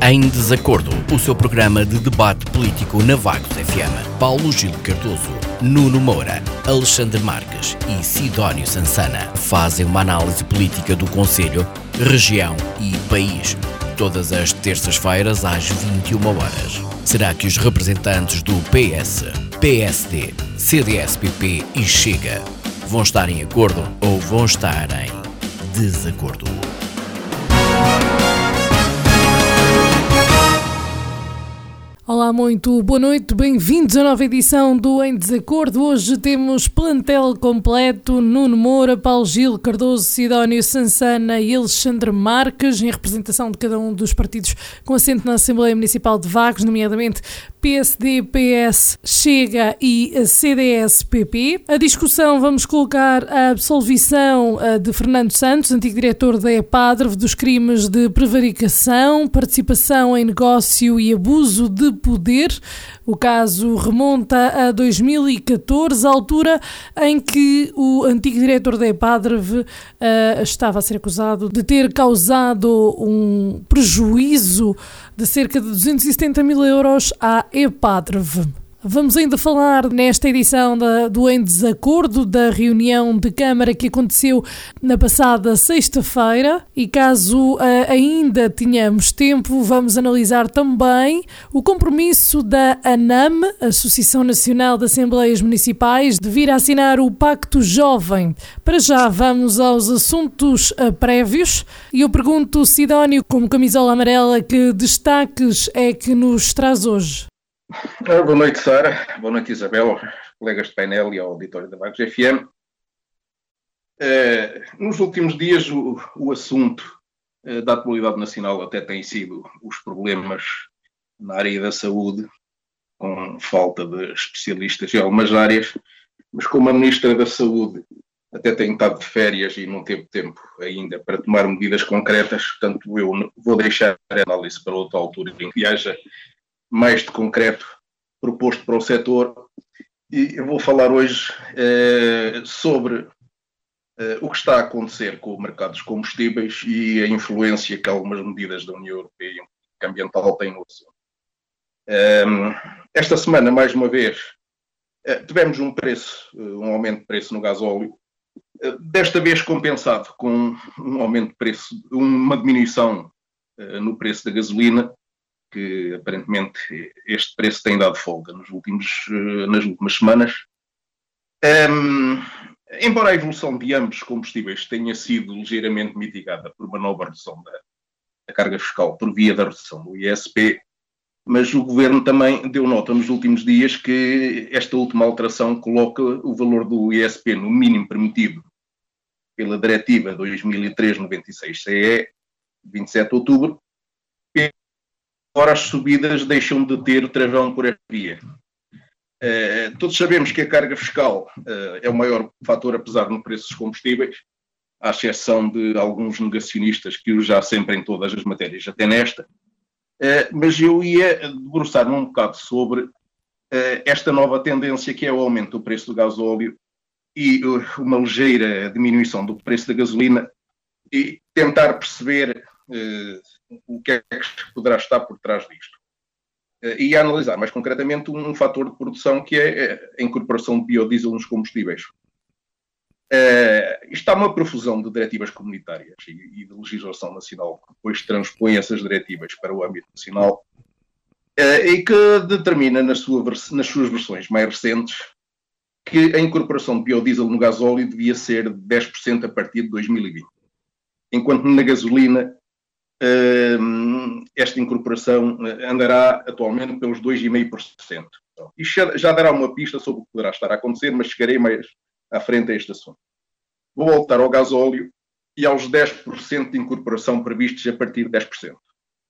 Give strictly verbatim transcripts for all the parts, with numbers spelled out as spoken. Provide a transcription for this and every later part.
Em Desacordo, o seu programa de debate político na Vagos F M. Paulo Gil Cardoso, Nuno Moura, Alexandre Marques e Sidónio Sansana fazem uma análise política do concelho, região e país. Todas as terças-feiras às vinte e uma horas. Será que os representantes do P S, P S D, C D S P P e Chega vão estar em acordo ou vão estar em desacordo? Olá, muito boa noite, bem-vindos à nova edição do Em Desacordo. Hoje temos plantel completo: Nuno Moura, Paulo Gil Cardoso, Sidónio Sansana e Alexandre Marques, em representação de cada um dos partidos com assento na Assembleia Municipal de Vagos, nomeadamente P S D, P S, Chega e C D S P P. A discussão vamos colocar a absolvição de Fernando Santos, antigo diretor da EPADRV, dos crimes de prevaricação, participação em negócio e abuso de poder. O caso remonta a dois mil e catorze, a altura em que o antigo diretor da EPADRV uh, estava a ser acusado de ter causado um prejuízo de cerca de duzentos e setenta mil euros à EPADRV. Vamos ainda falar nesta edição da, do Em Desacordo da reunião de Câmara que aconteceu na passada sexta-feira, e caso uh, ainda tenhamos tempo, vamos analisar também o compromisso da ANAM, Associação Nacional de Assembleias Municipais, de vir a assinar o Pacto Jovem. Para já vamos aos assuntos uh, prévios, e eu pergunto, Sidónio, como camisola amarela, que destaques é que nos traz hoje? Boa noite, Sara. Boa noite, Isabel, colegas de painel e ao auditório da Vagos F M. Uh, nos últimos dias, o, o assunto uh, da atualidade nacional até tem sido os problemas na área da saúde, com falta de especialistas em algumas áreas, mas como a Ministra da Saúde até tem estado de férias e não teve tempo ainda para tomar medidas concretas, portanto eu vou deixar a análise para outra altura em que haja mais de concreto proposto para o setor, e eu vou falar hoje eh, sobre eh, o que está a acontecer com o mercado dos combustíveis e a influência que algumas medidas da União Europeia e ambiental têm no assunto. Eh, esta semana, mais uma vez, eh, tivemos um preço, um aumento de preço no gasóleo, eh, desta vez compensado com um aumento de preço, uma diminuição eh, no preço da gasolina, que aparentemente este preço tem dado folga nos últimos, nas últimas semanas. Um, embora a evolução de ambos os combustíveis tenha sido ligeiramente mitigada por uma nova redução da, da carga fiscal por via da redução do I S P, mas o Governo também deu nota nos últimos dias que esta última alteração coloca o valor do I S P no mínimo permitido pela Diretiva dois mil e três noventa e seis C E, vinte e sete de outubro, agora as subidas deixam de ter travão por esta via. Uh, todos sabemos que a carga fiscal uh, é o maior fator, apesar no preço dos combustíveis, à exceção de alguns negacionistas que o já sempre em todas as matérias, até nesta. Uh, mas eu ia debruçar-me um bocado sobre uh, esta nova tendência que é o aumento do preço do gasóleo e uh, uma ligeira diminuição do preço da gasolina, e tentar perceber uh, o que é que poderá estar por trás disto. E a analisar mais concretamente um, um fator de produção que é a incorporação de biodiesel nos combustíveis. Uh, isto há uma profusão de diretivas comunitárias e, e de legislação nacional que depois transpõe essas diretivas para o âmbito nacional uh, e que determina nas, sua, nas suas versões mais recentes que a incorporação de biodiesel no gasóleo devia ser de dez por cento a partir de dois mil e vinte. Enquanto na gasolina Uh, esta incorporação andará atualmente pelos dois vírgula cinco por cento. Então, isto já, já dará uma pista sobre o que poderá estar a acontecer, mas chegarei mais à frente a este assunto. Vou voltar ao gasóleo e aos dez por cento de incorporação previstos a partir de dez por cento.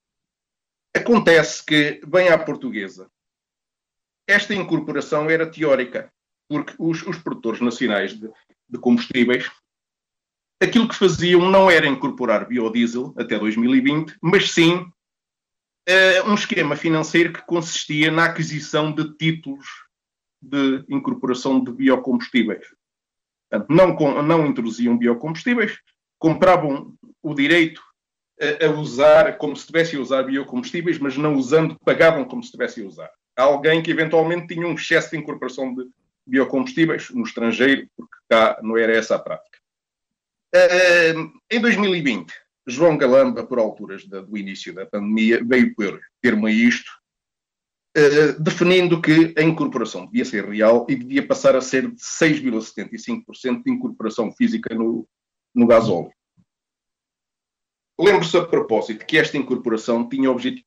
Acontece que, bem à portuguesa, esta incorporação era teórica, porque os, os produtores nacionais de, de combustíveis, aquilo que faziam não era incorporar biodiesel até dois mil e vinte, mas sim uh, um esquema financeiro que consistia na aquisição de títulos de incorporação de biocombustíveis. Portanto, não, não introduziam biocombustíveis, compravam o direito a, a usar como se estivessem a usar biocombustíveis, mas não usando, pagavam como se estivessem a usar. Há alguém que eventualmente tinha um excesso de incorporação de biocombustíveis no estrangeiro, porque cá não era essa a prática. Uh, em dois mil e vinte, João Galamba, por alturas da, do início da pandemia, veio pôr termo a isto, uh, definindo que a incorporação devia ser real e devia passar a ser de seis vírgula setenta e cinco por cento de incorporação física no, no gasóleo. Lembro-se a propósito que esta incorporação tinha objetivos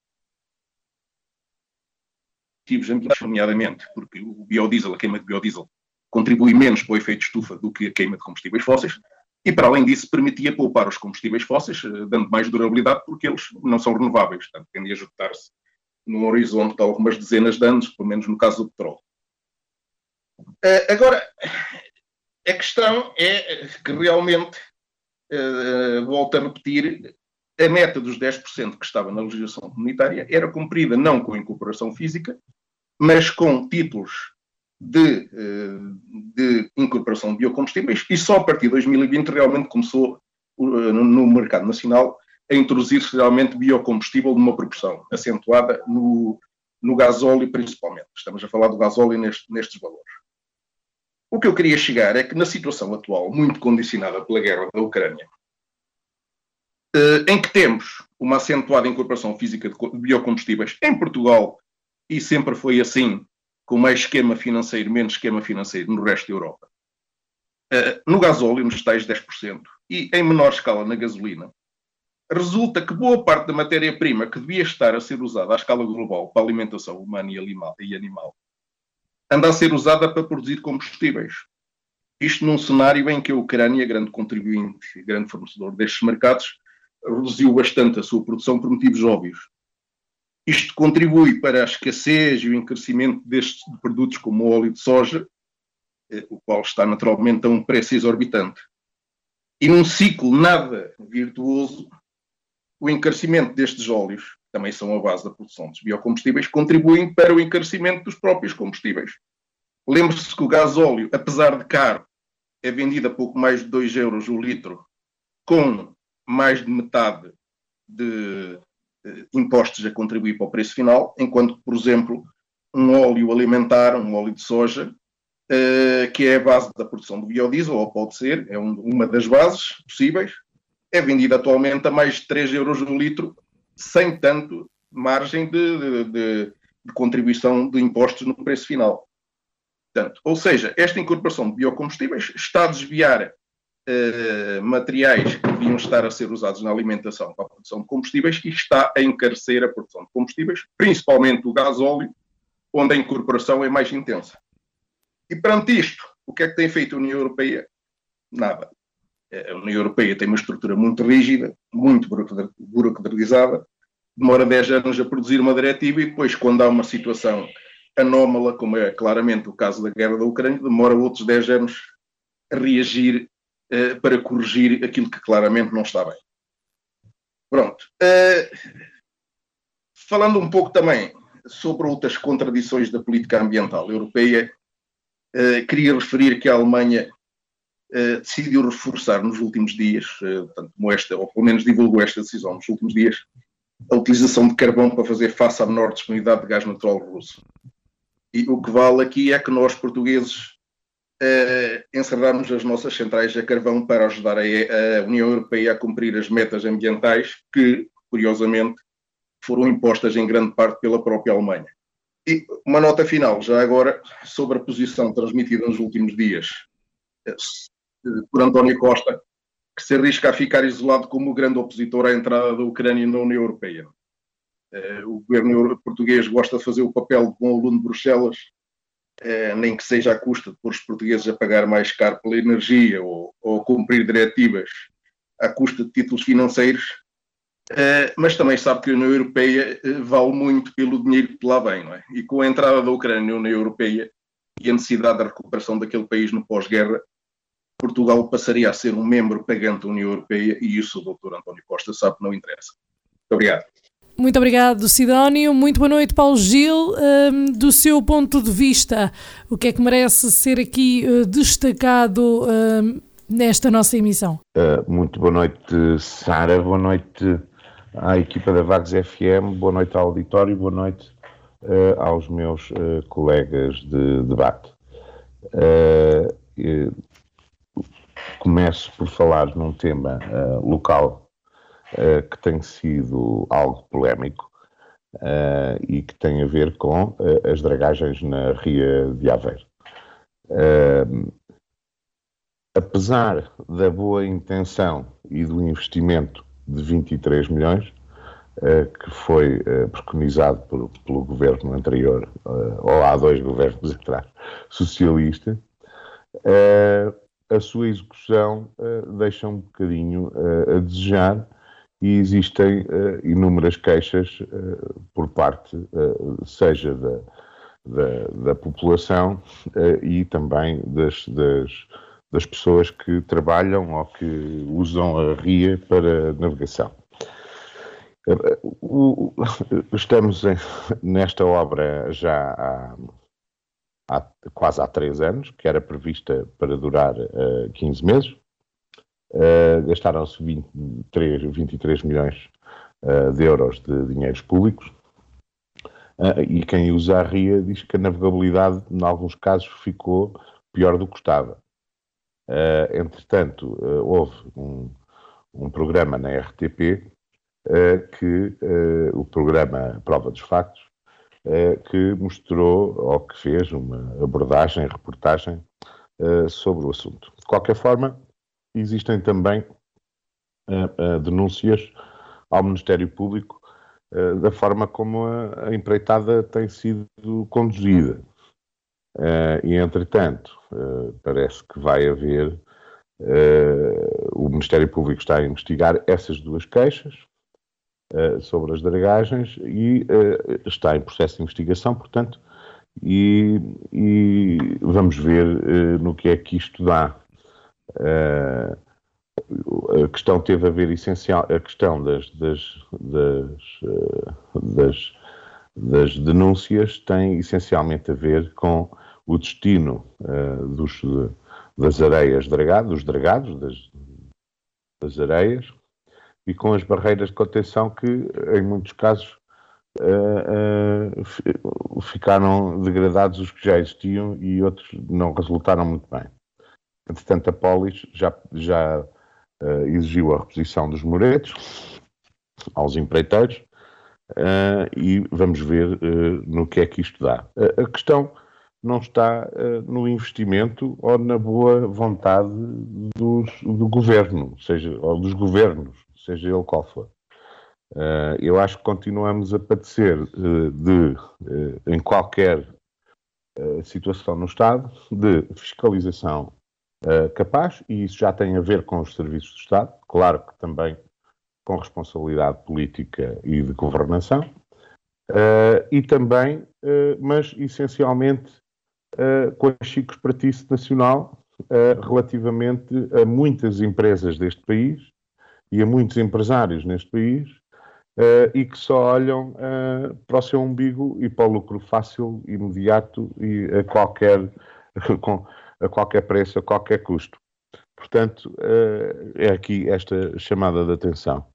nomeadamente, porque o biodiesel, a queima de biodiesel, contribui menos para o efeito de estufa do que a queima de combustíveis fósseis, e para além disso permitia poupar os combustíveis fósseis, dando mais durabilidade, porque eles não são renováveis, portanto, tendem a esgotar-se num horizonte de algumas dezenas de anos, pelo menos no caso do petróleo. Uh, agora, a questão é que realmente, uh, volto a repetir, a meta dos dez por cento que estava na legislação comunitária era cumprida não com incorporação física, mas com títulos de, de incorporação de biocombustíveis, e só a partir de dois mil e vinte realmente começou no mercado nacional a introduzir-se realmente biocombustível numa proporção acentuada no, no gasóleo principalmente. Estamos a falar do gasóleo neste, nestes valores. O que eu queria chegar é que na situação atual, muito condicionada pela guerra da Ucrânia, em que temos uma acentuada incorporação física de biocombustíveis em Portugal, e sempre foi assim, com mais esquema financeiro, menos esquema financeiro no resto da Europa, no gasóleo, nos tais dez por cento, e em menor escala na gasolina, resulta que boa parte da matéria-prima que devia estar a ser usada à escala global para a alimentação humana e animal, anda a ser usada para produzir combustíveis. Isto num cenário em que a Ucrânia, grande contribuinte, grande fornecedor destes mercados, reduziu bastante a sua produção por motivos óbvios. Isto contribui para a escassez e o encarecimento destes produtos como o óleo de soja, eh, o qual está naturalmente a um preço exorbitante. E num ciclo nada virtuoso, o encarecimento destes óleos, que também são a base da produção dos biocombustíveis, contribuem para o encarecimento dos próprios combustíveis. Lembre-se que o gasóleo, apesar de caro, é vendido a pouco mais de dois euros o litro, com mais de metade de eh, impostos a contribuir para o preço final, enquanto que, por exemplo, um óleo alimentar, um óleo de soja, eh, que é a base da produção do biodiesel, ou pode ser, é um, uma das bases possíveis, é vendido atualmente a mais de três euros o litro, sem tanto margem de, de, de, de contribuição de impostos no preço final. Portanto, ou seja, esta incorporação de biocombustíveis está a desviar Uh, materiais que deviam estar a ser usados na alimentação para a produção de combustíveis e está a encarecer a produção de combustíveis, principalmente o gasóleo, onde a incorporação é mais intensa. E perante isto, o que é que tem feito a União Europeia? Nada. A União Europeia tem uma estrutura muito rígida, muito burocratizada, demora dez anos a produzir uma diretiva e depois, quando há uma situação anómala, como é claramente o caso da guerra da Ucrânia, demora outros dez anos a reagir Uh, para corrigir aquilo que claramente não está bem. Pronto. Uh, falando um pouco também sobre outras contradições da política ambiental europeia, uh, queria referir que a Alemanha uh, decidiu reforçar nos últimos dias, uh, tanto como esta, ou pelo menos divulgou esta decisão nos últimos dias, a utilização de carvão para fazer face à menor disponibilidade de gás natural russo. E o que vale aqui é que nós, portugueses, Uh, encerrarmos as nossas centrais a carvão para ajudar a, a União Europeia a cumprir as metas ambientais que, curiosamente, foram impostas em grande parte pela própria Alemanha. E uma nota final, já agora, sobre a posição transmitida nos últimos dias uh, por António Costa, que se arrisca a ficar isolado como o grande opositor à entrada da Ucrânia na União Europeia. Uh, o governo português gosta de fazer o papel de bom aluno de Bruxelas, Uh, nem que seja à custa de pôr os portugueses a pagar mais caro pela energia ou, ou cumprir diretivas à custa de títulos financeiros, uh, mas também sabe que a União Europeia uh, vale muito pelo dinheiro que lá vem, não é? E com a entrada da Ucrânia na União Europeia e a necessidade da recuperação daquele país no pós-guerra, Portugal passaria a ser um membro pagante da União Europeia e isso o doutor António Costa sabe que não interessa. Muito obrigado. Muito obrigado, Sidónio. Muito boa noite, Paulo Gil. Um, do seu ponto de vista, o que é que merece ser aqui uh, destacado uh, nesta nossa emissão? Uh, muito boa noite, Sara. Boa noite à equipa da Vagos F M, boa noite ao auditório, boa noite uh, aos meus uh, colegas de debate. Uh, uh, começo por falar num tema uh, local uh, que tem sido algo polémico uh, e que tem a ver com uh, as dragagens na Ria de Aveiro. Uh, apesar da boa intenção e do investimento de vinte e três milhões, uh, que foi uh, preconizado por, pelo governo anterior, uh, ou há dois governos atrás, socialista, uh, a sua execução uh, deixa um bocadinho uh, a desejar e existem uh, inúmeras queixas uh, por parte, uh, seja da, da, da população uh, e também das, das das pessoas que trabalham ou que usam a ria para navegação. Estamos em, nesta obra já há, há quase há três anos, que era prevista para durar uh, quinze meses. Uh, gastaram-se vinte e três milhões uh, de euros de dinheiros públicos. Uh, e quem usa a ria diz que a navegabilidade, em alguns casos, ficou pior do que estava. Uh, entretanto, uh, houve um, um programa na R T P, uh, que, uh, o programa Prova dos Factos, uh, que mostrou, ou que fez uma abordagem, reportagem uh, sobre o assunto. De qualquer forma, existem também uh, uh, denúncias ao Ministério Público uh, da forma como a, a empreitada tem sido conduzida. Uh, e, entretanto, uh, parece que vai haver, uh, o Ministério Público está a investigar essas duas queixas uh, sobre as dragagens e uh, está em processo de investigação, portanto, e, e vamos ver uh, no que é que isto dá. Uh, a questão teve a ver essencial, a questão das, das, das, uh, das, das denúncias tem essencialmente a ver com o destino uh, dos, de, das areias dragadas, dos dragados, das, das areias, e com as barreiras de contenção que, em muitos casos, uh, uh, ficaram degradados os que já existiam e outros não resultaram muito bem. Entretanto, a Polis já, já uh, exigiu a reposição dos muretos aos empreiteiros uh, e vamos ver uh, no que é que isto dá. Uh, a questão não está uh, no investimento ou na boa vontade dos, do governo, seja, ou dos governos, seja ele qual for. Uh, eu acho que continuamos a padecer uh, de, uh, em qualquer uh, situação no Estado, de fiscalização uh, capaz, e isso já tem a ver com os serviços do Estado, claro que também com responsabilidade política e de governação, uh, e também, uh, mas essencialmente, Uh, com a chico-espertice nacional uh, relativamente a muitas empresas deste país e a muitos empresários neste país uh, e que só olham uh, para o seu umbigo e para o lucro fácil, imediato e a qualquer, com, a qualquer preço, a qualquer custo. Portanto, uh, é aqui esta chamada de atenção.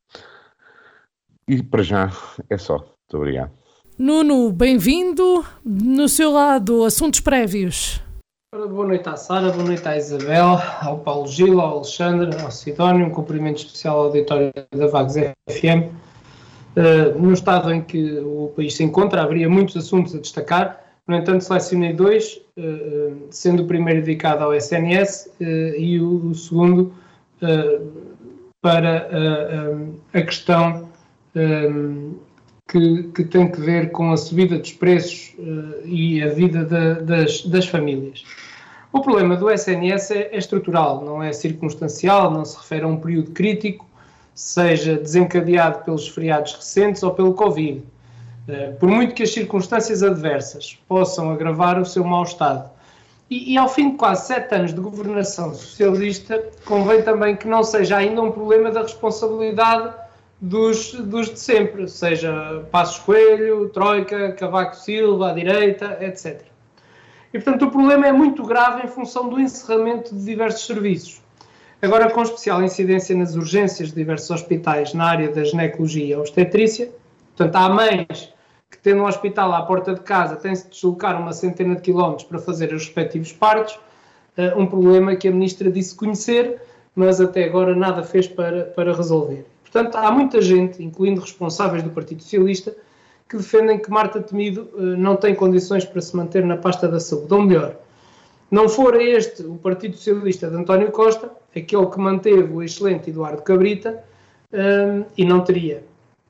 E para já é só. Muito obrigado. Nuno, bem-vindo. No seu lado, assuntos prévios. Boa noite à Sara, boa noite à Isabel, ao Paulo Gil, ao Alexandre, ao Sidónio, um cumprimento especial ao auditório da Vagos F M. Uh, no estado em que o país se encontra, haveria muitos assuntos a destacar, no entanto selecionei dois, uh, sendo o primeiro dedicado ao S N S uh, e o, o segundo uh, para uh, um, a questão um, Que, que tem que ver com a subida dos preços uh, e a vida de, das, das famílias. O problema do S N S é, é estrutural, não é circunstancial, não se refere a um período crítico, seja desencadeado pelos feriados recentes ou pelo Covid. Uh, por muito que as circunstâncias adversas possam agravar o seu mau estado. E, e ao fim de quase sete anos de governação socialista, convém também que não seja ainda um problema da responsabilidade Dos, dos de sempre, seja Passos Coelho, Troika, Cavaco Silva, à direita, etcétera. E, portanto, o problema é muito grave em função do encerramento de diversos serviços. agora com especial incidência nas urgências de diversos hospitais na área da ginecologia e obstetrícia. Portanto, há mães que, tendo um hospital à porta de casa, têm-se de deslocar uma centena de quilómetros para fazer os respectivos partos, um problema que a Ministra disse conhecer, mas até agora nada fez para, para resolver. Portanto, há muita gente, incluindo responsáveis do Partido Socialista, que defendem que Marta Temido não tem condições para se manter na pasta da saúde. Ou melhor, não fora este o Partido Socialista de António Costa, aquele que manteve o excelente Eduardo Cabrita, um, e não teria.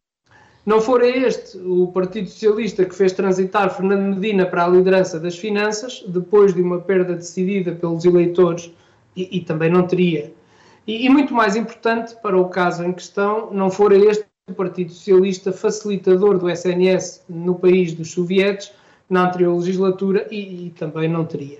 Não fora este o Partido Socialista que fez transitar Fernando Medina para a liderança das finanças, depois de uma perda decidida pelos eleitores, e, e também não teria. E, e muito mais importante para o caso em questão, não fora este o Partido Socialista facilitador do S N S no país dos sovietes, na anterior legislatura, e, e também não teria.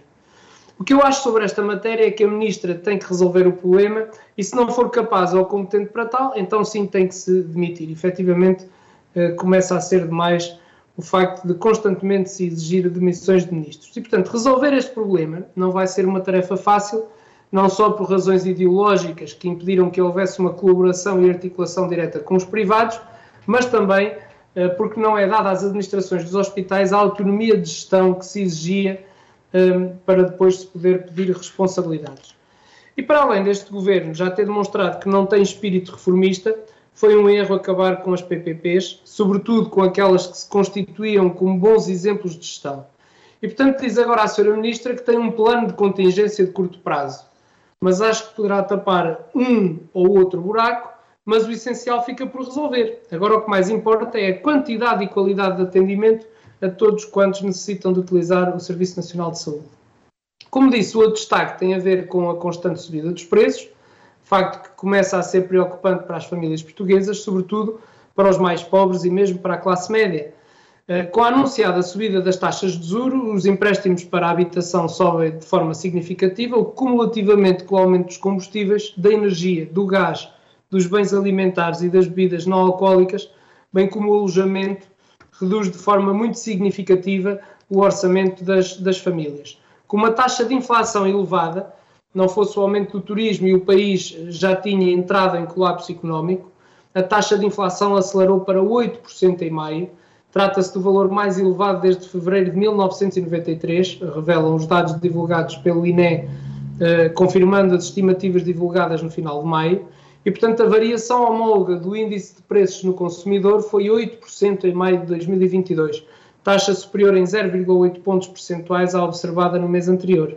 O que eu acho sobre esta matéria é que a Ministra tem que resolver o problema e, se não for capaz ou competente para tal, então sim tem que se demitir. Efetivamente, eh, começa a ser demais o facto de constantemente se exigir demissões de ministros. E, portanto, resolver este problema não vai ser uma tarefa fácil, não só por razões ideológicas que impediram que houvesse uma colaboração e articulação direta com os privados, mas também eh, porque não é dada às administrações dos hospitais a autonomia de gestão que se exigia um, para depois se poder pedir responsabilidades. E para além deste governo já ter demonstrado que não tem espírito reformista, foi um erro acabar com as P P Ps, sobretudo com aquelas que se constituíam como bons exemplos de gestão. E, portanto, diz agora à senhora Ministra que tem um plano de contingência de curto prazo, mas acho que poderá tapar um ou outro buraco, mas o essencial fica por resolver. Agora o que mais importa é a quantidade e qualidade de atendimento a todos quantos necessitam de utilizar o Serviço Nacional de Saúde. Como disse, o outro destaque tem a ver com a constante subida dos preços, facto que começa a ser preocupante para as famílias portuguesas, sobretudo para os mais pobres e mesmo para a classe média. Com a anunciada subida das taxas de juros, os empréstimos para a habitação sobem de forma significativa, o que cumulativamente com o aumento dos combustíveis, da energia, do gás, dos bens alimentares e das bebidas não alcoólicas, bem como o alojamento, reduz de forma muito significativa o orçamento das, das famílias. Com uma taxa de inflação elevada, não fosse o aumento do turismo e o país já tinha entrado em colapso económico, a taxa de inflação acelerou para oito por cento em maio. Trata-se do valor mais elevado desde fevereiro de mil novecentos e noventa e três, revelam os dados divulgados pelo I N E, eh, confirmando as estimativas divulgadas no final de maio, e, portanto, a variação homóloga do índice de preços no consumidor foi oito por cento em maio de dois mil e vinte e dois, taxa superior em zero vírgula oito pontos percentuais à observada no mês anterior.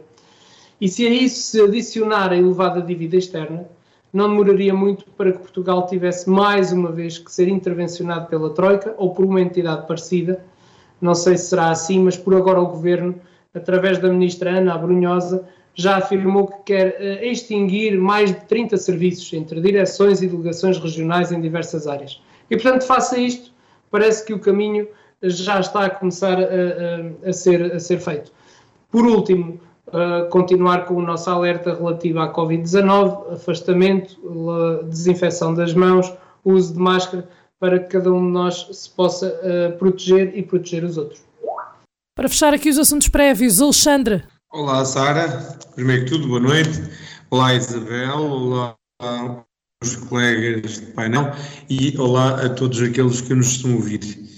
E se a isso se adicionar a elevada dívida externa, não demoraria muito para que Portugal tivesse mais uma vez que ser intervencionado pela Troika ou por uma entidade parecida. Não sei se será assim, mas por agora o Governo, através da Ministra Ana Abrunhosa, já afirmou que quer uh, extinguir mais de trinta serviços entre direções e delegações regionais em diversas áreas. E, portanto, face a isto, parece que o caminho já está a começar a, a, a, ser, a ser feito. Por último, Uh, continuar com o nosso alerta relativo à covid dezanove, afastamento, desinfecção das mãos, uso de máscara, para que cada um de nós se possa uh, proteger e proteger os outros. Para fechar aqui os assuntos prévios, Alexandre. Olá, Sara. Primeiro que tudo, boa noite. Olá, Isabel. Olá aos colegas de painel e olá a todos aqueles que nos estão a ouvir.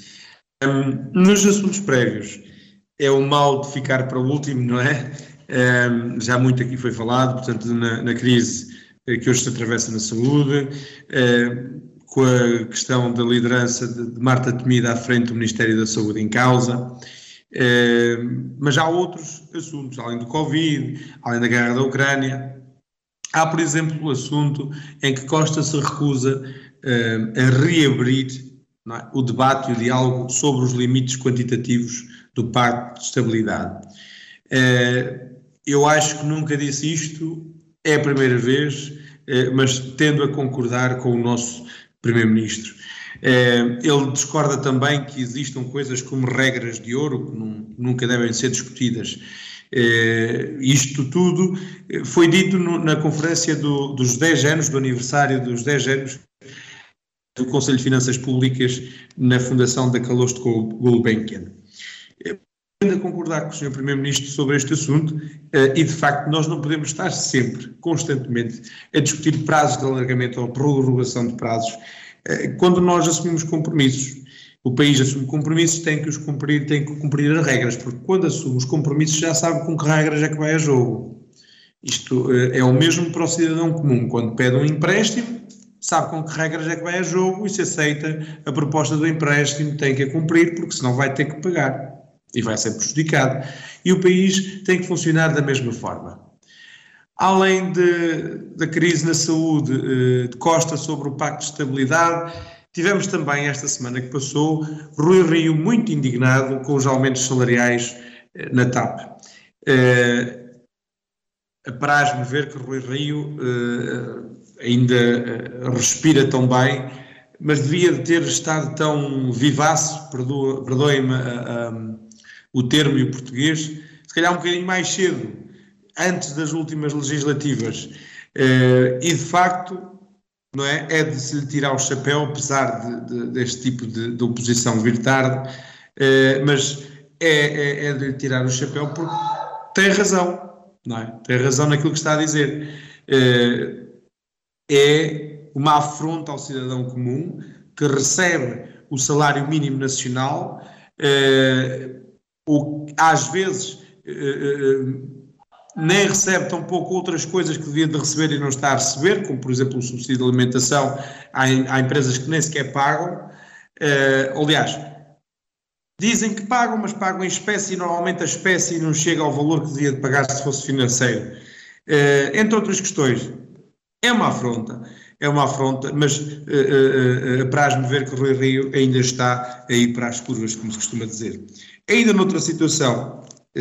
Um, nos assuntos prévios, é o mal de ficar para o último, não é? Um, já muito aqui foi falado, portanto, na, na crise que hoje se atravessa na saúde, um, com a questão da liderança de, de Marta Temido à frente do Ministério da Saúde em causa, um, mas há outros assuntos, além do Covid, além da guerra da Ucrânia. Há, por exemplo, o assunto em que Costa se recusa um, a reabrir, não é, o debate e o diálogo sobre os limites quantitativos do Pacto de Estabilidade. Uh, eu acho que nunca disse isto, é a primeira vez, uh, mas tendo a concordar com o nosso Primeiro-Ministro. Uh, ele discorda também que existam coisas como regras de ouro, que não, nunca devem ser discutidas. Uh, isto tudo foi dito no, na conferência do, dos dez anos, do aniversário dos dez anos do Conselho de Finanças Públicas na fundação da Calouste Gulbenkian. a concordar com o senhor Primeiro-Ministro sobre este assunto e, de facto, nós não podemos estar sempre, constantemente, a discutir prazos de alargamento ou prorrogação de prazos quando nós assumimos compromissos. O país assume compromissos, tem que os cumprir, tem que cumprir as regras, porque quando assume os compromissos já sabe com que regras é que vai a jogo. Isto é o mesmo para o cidadão comum. Quando pede um empréstimo, sabe com que regras é que vai a jogo e se aceita a proposta do empréstimo tem que a cumprir, porque senão vai ter que pagar e vai ser prejudicado. E o país tem que funcionar da mesma forma. Além de, da crise na saúde, de Costa sobre o Pacto de Estabilidade, tivemos também esta semana que passou Rui Rio muito indignado com os aumentos salariais na T A P. Uh, Apraz-me ver que Rui Rio uh, ainda uh, respira tão bem, mas devia de ter estado tão vivaço, perdoa, perdoem-me uh, um, o termo e o português, se calhar um bocadinho mais cedo, antes das últimas legislativas. Uh, e de facto, não é, é de se lhe tirar o chapéu, apesar de, de, deste tipo de, de oposição vir tarde, uh, mas é, é, é de lhe tirar o chapéu porque tem razão. Não é? Tem razão naquilo que está a dizer. É uma afronta ao cidadão comum que recebe o salário mínimo nacional, ou às vezes nem recebe tão pouco outras coisas que devia de receber e não está a receber, como por exemplo o subsídio de alimentação. Há, há empresas que nem sequer pagam. Aliás, dizem que pagam, mas pagam em espécie e normalmente a espécie não chega ao valor que devia de pagar se fosse financeiro. Uh, entre outras questões, é uma afronta, é uma afronta, mas uh, uh, uh, apraz-me ver que o Rui Rio ainda está a ir para as curvas, como se costuma dizer. Ainda noutra situação,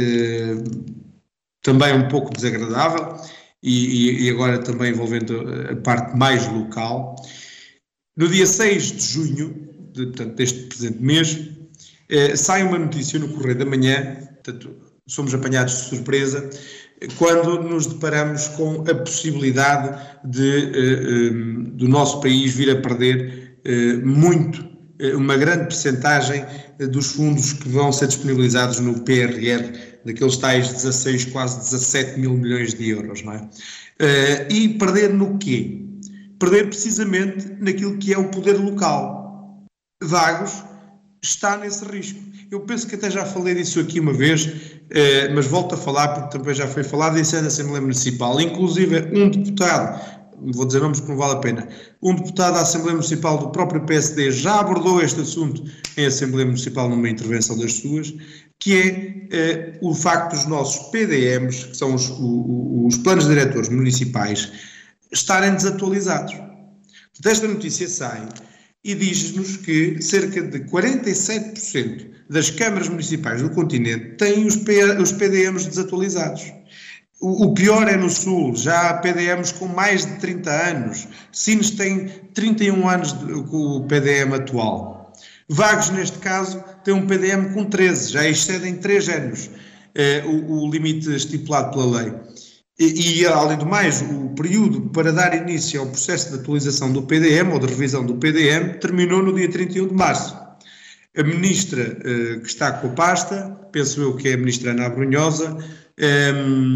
uh, também um pouco desagradável, e, e agora também envolvendo a parte mais local, no dia seis de junho, de, portanto, deste presente mês, Eh, sai uma notícia no Correio da Manhã, portanto, somos apanhados de surpresa, quando nos deparamos com a possibilidade de, eh, um, do nosso país vir a perder eh, muito, eh, uma grande percentagem eh, dos fundos que vão ser disponibilizados no P R R, daqueles tais dezasseis, quase dezassete mil milhões de euros, não é? Eh, e perder no quê? Perder precisamente naquilo que é o poder local. Vagos está nesse risco. Eu penso que até já falei disso aqui uma vez, eh, mas volto a falar porque também já foi falado isso é na Assembleia Municipal. Inclusive um deputado, vou dizer nomes que não vale a pena, um deputado da Assembleia Municipal do próprio P S D já abordou este assunto em Assembleia Municipal numa intervenção das suas, que é eh, o facto dos nossos P D Ms, que são os, o, os planos diretores municipais, estarem desatualizados. Desta notícia sai e diz-nos que cerca de quarenta e sete por cento das câmaras municipais do continente têm os, P, os P D Ms desatualizados. O, o pior é no Sul, já há P D Ms com mais de trinta anos. Sines tem trinta e um anos de, com o P D M atual. Vagos, neste caso, tem um P D M com treze, já excedem três anos eh, o, o limite estipulado pela lei. E, e, além do mais, o período para dar início ao processo de atualização do P D M, ou de revisão do P D M, terminou no dia trinta e um de março. A ministra eh, que está com a pasta, penso eu que é a ministra Ana Abrunhosa, eh,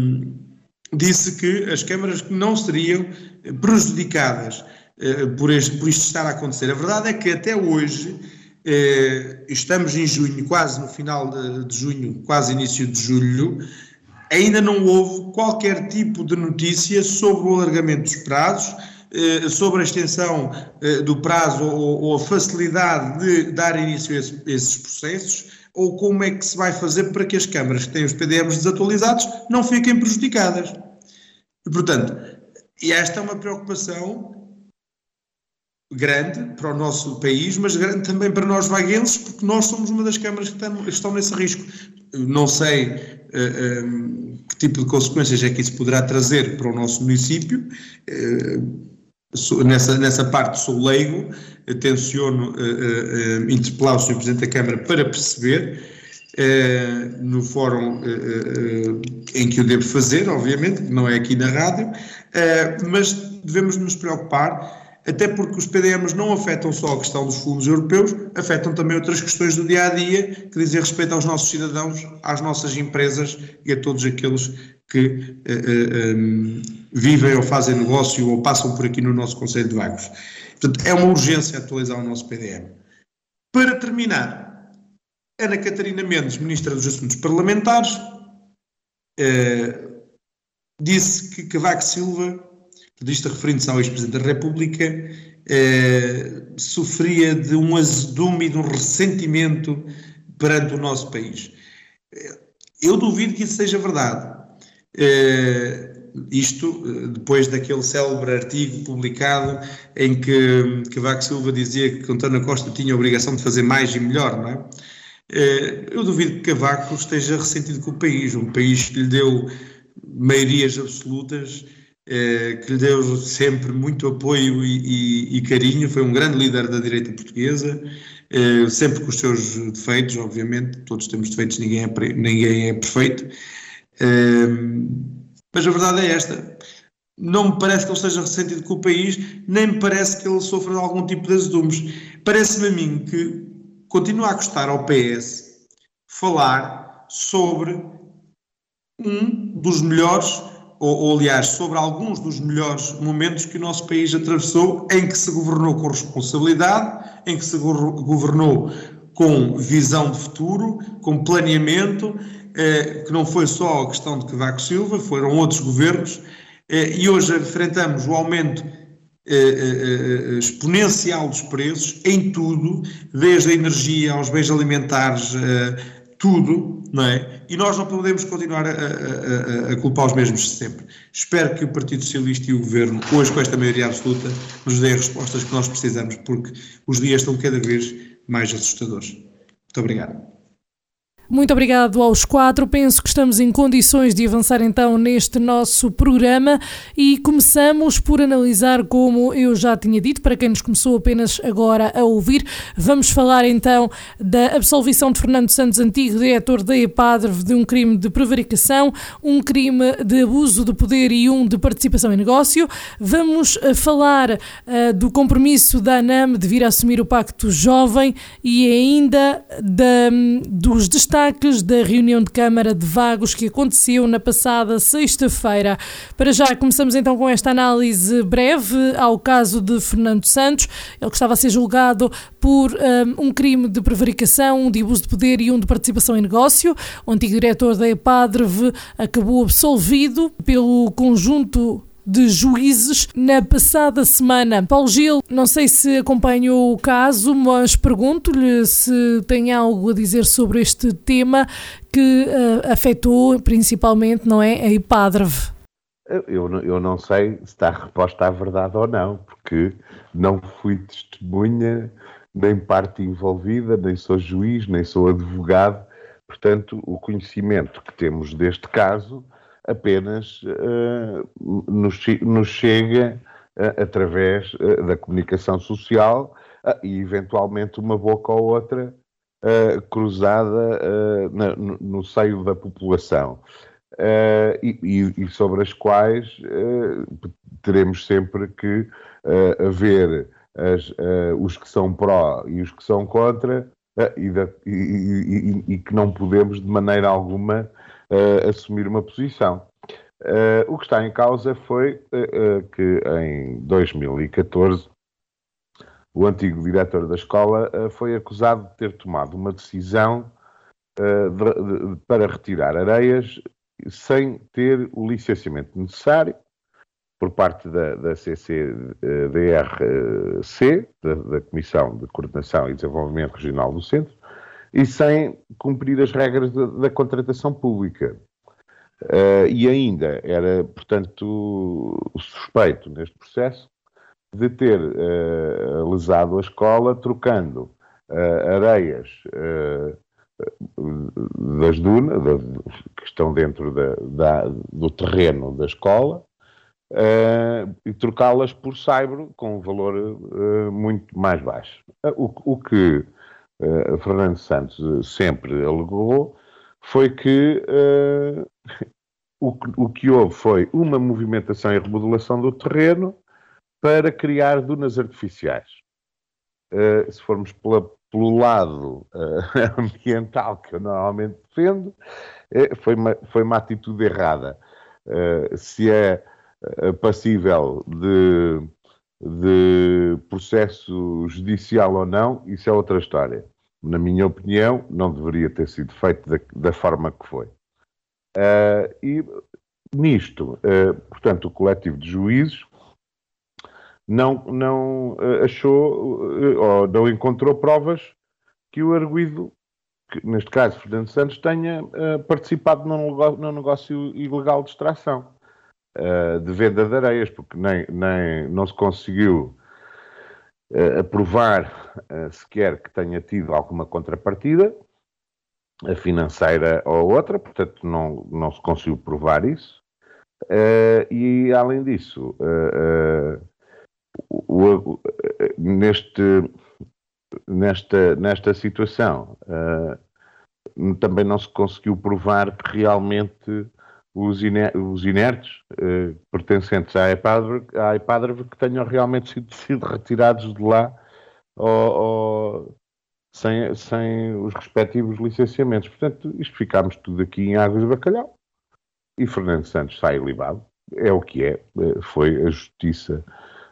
disse que as câmaras não seriam prejudicadas eh, por, este, por isto estar a acontecer. A verdade é que até hoje, eh, estamos em junho, quase no final de, de junho, quase início de julho, ainda não houve qualquer tipo de notícia sobre o alargamento dos prazos, eh, sobre a extensão eh, do prazo ou, ou a facilidade de dar início a, esse, a esses processos, ou como é que se vai fazer para que as câmaras que têm os P D Ms desatualizados não fiquem prejudicadas. E, portanto, e esta é uma preocupação grande para o nosso país, mas grande também para nós vaguenses, porque nós somos uma das câmaras que estão, estão nesse risco. Não sei uh, um, que tipo de consequências é que isso poderá trazer para o nosso município. Uh, sou, nessa, nessa parte sou leigo, tenciono uh, uh, interpelar o senhor Presidente da Câmara para perceber, uh, no fórum uh, uh, em que o devo fazer, obviamente, que não é aqui na rádio, uh, mas devemos nos preocupar até porque os P D Ms não afetam só a questão dos fundos europeus, afetam também outras questões do dia-a-dia que dizem respeito aos nossos cidadãos, às nossas empresas e a todos aqueles que uh, uh, um, vivem ou fazem negócio ou passam por aqui no nosso Conselho de Vagos. Portanto, é uma urgência atualizar o nosso P D M. Para terminar, Ana Catarina Mendes, Ministra dos Assuntos Parlamentares, uh, disse que Cavaco Silva, isto referindo-se ao ex-Presidente da República, eh, sofria de um azedume e de um ressentimento perante o nosso país. Eu duvido que isso seja verdade. Eh, isto, depois daquele célebre artigo publicado em que Cavaco Silva dizia que António Costa tinha a obrigação de fazer mais e melhor, não é? Eh, eu duvido que Cavaco esteja ressentido com o país, um país que lhe deu maiorias absolutas, que lhe deu sempre muito apoio e, e, e carinho, foi um grande líder da direita portuguesa, sempre com os seus defeitos, obviamente, todos temos defeitos, ninguém é, ninguém é perfeito, mas a verdade é esta, não me parece que ele esteja ressentido com o país, nem me parece que ele sofra de algum tipo de azedumes. Parece-me a mim que continua a custar ao P S falar sobre um dos melhores Ou, ou, aliás, sobre alguns dos melhores momentos que o nosso país atravessou, em que se governou com responsabilidade, em que se governou com visão de futuro, com planeamento, eh, que não foi só a questão de Cavaco Silva, foram outros governos, eh, e hoje enfrentamos o aumento eh, eh, exponencial dos preços em tudo, desde a energia aos bens alimentares, eh, tudo, não é? E nós não podemos continuar a, a, a, a culpar os mesmos de sempre. Espero que o Partido Socialista e o Governo, hoje com esta maioria absoluta, nos deem as respostas que nós precisamos, porque os dias estão cada vez mais assustadores. Muito obrigado. Muito obrigado aos quatro. Penso que estamos em condições de avançar então neste nosso programa e começamos por analisar, como eu já tinha dito, para quem nos começou apenas agora a ouvir, vamos falar então da absolvição de Fernando Santos, antigo diretor da EPADRV, de um crime de prevaricação, um crime de abuso de poder e um de participação em negócio. Vamos falar uh, do compromisso da ANAM de vir a assumir o Pacto Jovem e ainda da, dos destaques da reunião de Câmara de Vagos que aconteceu na passada sexta-feira. Para já, começamos então com esta análise breve ao caso de Fernando Santos. Ele que estava a ser julgado por um, um crime de prevaricação, um de abuso de poder e um de participação em negócio. O antigo diretor da EPADRV acabou absolvido pelo conjunto de juízes na passada semana. Paulo Gil, não sei se acompanhou o caso, mas pergunto-lhe se tem algo a dizer sobre este tema que uh, afetou principalmente, não é, a EPADRV. Eu, eu não sei se está resposta à verdade ou não, porque não fui testemunha, nem parte envolvida, nem sou juiz, nem sou advogado. Portanto, o conhecimento que temos deste caso apenas uh, nos, nos chega uh, através uh, da comunicação social uh, e eventualmente uma boca ou outra uh, cruzada uh, na, no, no seio da população uh, e, e, e sobre as quais uh, teremos sempre que uh, haver as, uh, os que são pró e os que são contra uh, e, da, e, e, e que não podemos de maneira alguma Uh, assumir uma posição. Uh, o que está em causa foi uh, uh, que em dois mil e catorze o antigo diretor da escola uh, foi acusado de ter tomado uma decisão uh, de, de, para retirar areias sem ter o licenciamento necessário por parte da, da C C D R C, da, da Comissão de Coordenação e Desenvolvimento Regional do Centro, e sem cumprir as regras da, da contratação pública. Uh, e ainda era, portanto, suspeito neste processo de ter uh, lesado a escola trocando uh, areias uh, das dunas, da, que estão dentro da, da, do terreno da escola, uh, e trocá-las por saibro com um valor uh, muito mais baixo. Uh, o, o que Uh, Fernando Santos uh, sempre alegou foi que uh, o, o que houve foi uma movimentação e remodelação do terreno para criar dunas artificiais. Uh, se formos pela, pelo lado uh, ambiental que eu normalmente defendo, uh, foi, uma, foi uma atitude errada. Uh, se é uh, passível de, de processo judicial ou não, isso é outra história. Na minha opinião, não deveria ter sido feito da, da forma que foi. Uh, e nisto, uh, portanto, o coletivo de juízes não, não uh, achou uh, ou não encontrou provas que o arguido, que, neste caso Fernando Santos, tenha uh, participado num negócio, num negócio ilegal de extração, uh, de venda de areias, porque nem, nem, não se conseguiu Uh, a provar uh, sequer que tenha tido alguma contrapartida, a financeira ou outra, portanto não, não se conseguiu provar isso. Uh, e além disso, uh, uh, o, o, neste, nesta, nesta situação, uh, também não se conseguiu provar que realmente os, iner, os inertes eh, pertencentes à Epádreve, à Epádreve que tenham realmente sido, sido retirados de lá ou, ou, sem, sem os respectivos licenciamentos. Portanto, isto ficámos tudo aqui em águas de bacalhau e Fernando Santos sai libado. É o que é. Foi a justiça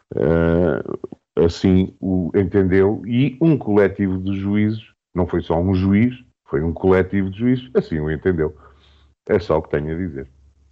uh, assim o entendeu e um coletivo de juízes, não foi só um juiz, foi um coletivo de juízes, assim o entendeu. É só o que tenho a dizer.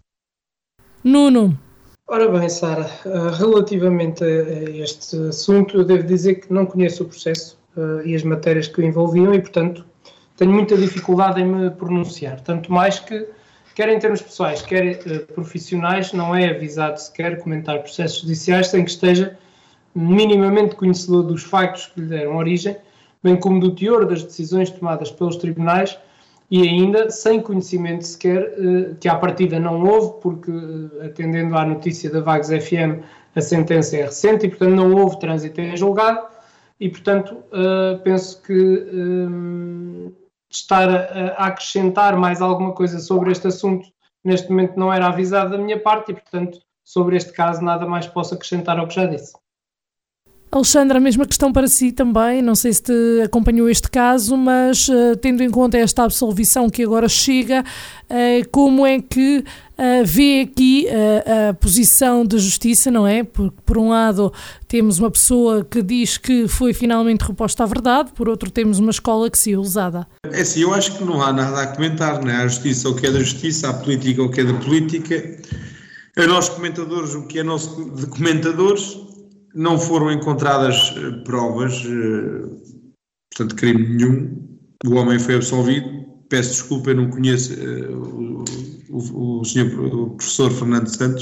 Nuno. Ora bem, Sara, relativamente a este assunto, eu devo dizer que não conheço o processo uh, e as matérias que o envolviam e, portanto, tenho muita dificuldade em me pronunciar. Tanto mais que, quer em termos pessoais, quer uh, profissionais, não é avisado sequer comentar processos judiciais sem que esteja minimamente conhecedor dos factos que lhe deram origem, bem como do teor das decisões tomadas pelos tribunais, e ainda sem conhecimento sequer, que à partida não houve, porque, atendendo à notícia da Vagos F M, a sentença é recente e, portanto, não houve trânsito em julgado e, portanto, penso que estar a acrescentar mais alguma coisa sobre este assunto neste momento não era avisado da minha parte e, portanto, sobre este caso nada mais posso acrescentar ao que já disse. Alexandra, a mesma questão para si também, não sei se te acompanhou este caso, mas uh, tendo em conta esta absolvição que agora chega, uh, como é que uh, vê aqui uh, a posição da justiça, não é? Porque por um lado temos uma pessoa que diz que foi finalmente reposta à verdade, por outro temos uma escola que saiu usada. É assim, eu acho que não há nada a comentar, não é? A justiça o que é da justiça, a política o que é da política, a nós comentadores o que é nosso de comentadores. Não foram encontradas uh, provas, uh, portanto, crime nenhum. O homem foi absolvido. Peço desculpa, eu não conheço uh, o, o, o senhor o professor Fernando Santos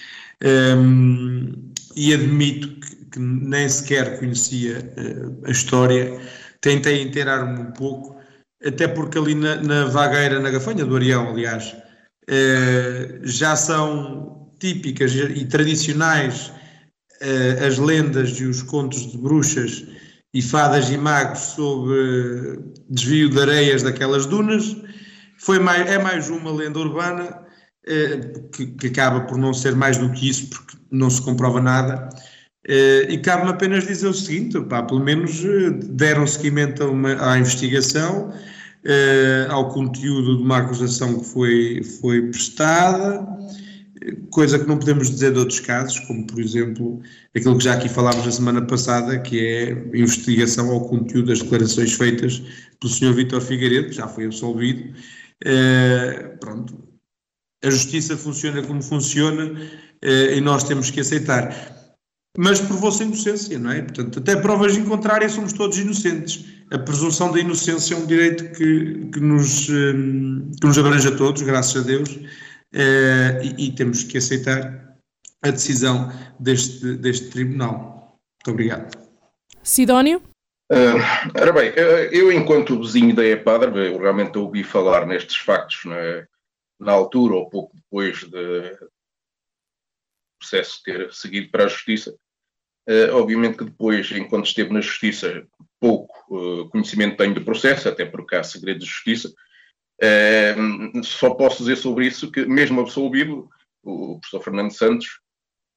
um, e admito que, que nem sequer conhecia uh, a história. Tentei inteirar-me um pouco, até porque ali na, na Vagueira, na Gafanha do Arião, aliás, uh, já são típicas e tradicionais as lendas e os contos de bruxas e fadas e magos sobre desvio de areias daquelas dunas. Foi mais, é mais uma lenda urbana eh, que, que acaba por não ser mais do que isso, porque não se comprova nada. Eh, e cabe-me apenas dizer o seguinte, pá, pelo menos eh, deram seguimento a uma, à investigação, eh, ao conteúdo de uma acusação que foi, foi prestada, coisa que não podemos dizer de outros casos, como por exemplo aquilo que já aqui falámos na semana passada, que é a investigação ao conteúdo das declarações feitas pelo senhor Vítor Figueiredo, que já foi absolvido. Uh, pronto, a justiça funciona como funciona uh, e nós temos que aceitar. Mas provou-se a inocência, não é? Portanto, até provas em contrário somos todos inocentes. A presunção da inocência é um direito que, que, nos, um, que nos abrange a todos, graças a Deus. Uh, e, e temos que aceitar a decisão deste, deste tribunal. Muito obrigado. Sidónio? Uh, ora bem, eu enquanto vizinho da Epádreve, eu realmente ouvi falar nestes factos na, na altura ou pouco depois do processo ter seguido para a Justiça. Uh, obviamente que depois, enquanto esteve na Justiça, pouco uh, conhecimento tenho do processo, até porque há segredo de Justiça. Uh, só posso dizer sobre isso que, mesmo absolvido, o professor Fernando Santos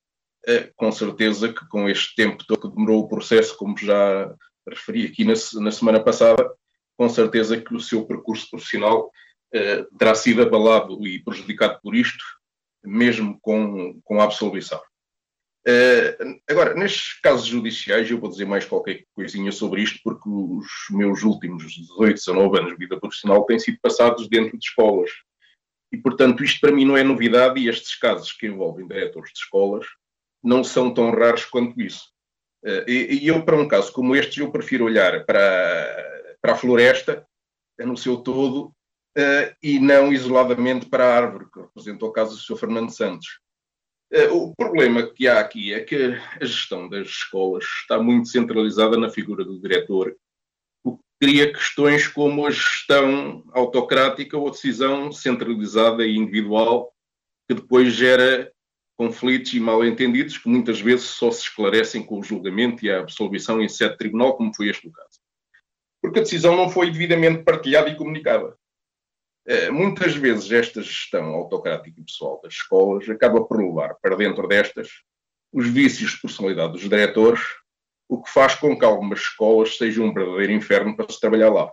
com certeza que com este tempo todo que demorou o processo, como já referi aqui na, na semana passada, com certeza que o seu percurso profissional uh, terá sido abalado e prejudicado por isto, mesmo com, com a absolvição. Uh, agora, nestes casos judiciais, eu vou dizer mais qualquer coisinha sobre isto, porque os meus últimos dezoito, dezanove anos de vida profissional têm sido passados dentro de escolas. E, portanto, isto para mim não é novidade, e estes casos que envolvem diretores de escolas não são tão raros quanto isso. Uh, e, e eu, para um caso como este, eu prefiro olhar para, para a floresta, no seu todo, uh, e não isoladamente para a árvore, que representa o caso do senhor Fernando Santos. Uh, o problema que há aqui é que a gestão das escolas está muito centralizada na figura do diretor, o que cria questões como a gestão autocrática ou a decisão centralizada e individual, que depois gera conflitos e mal-entendidos que muitas vezes só se esclarecem com o julgamento e a absolvição em sede de tribunal, como foi este o caso. Porque a decisão não foi devidamente partilhada e comunicada. Uh, muitas vezes esta gestão autocrática e pessoal das escolas acaba por levar para dentro destas os vícios de personalidade dos diretores, o que faz com que algumas escolas sejam um verdadeiro inferno para se trabalhar lá.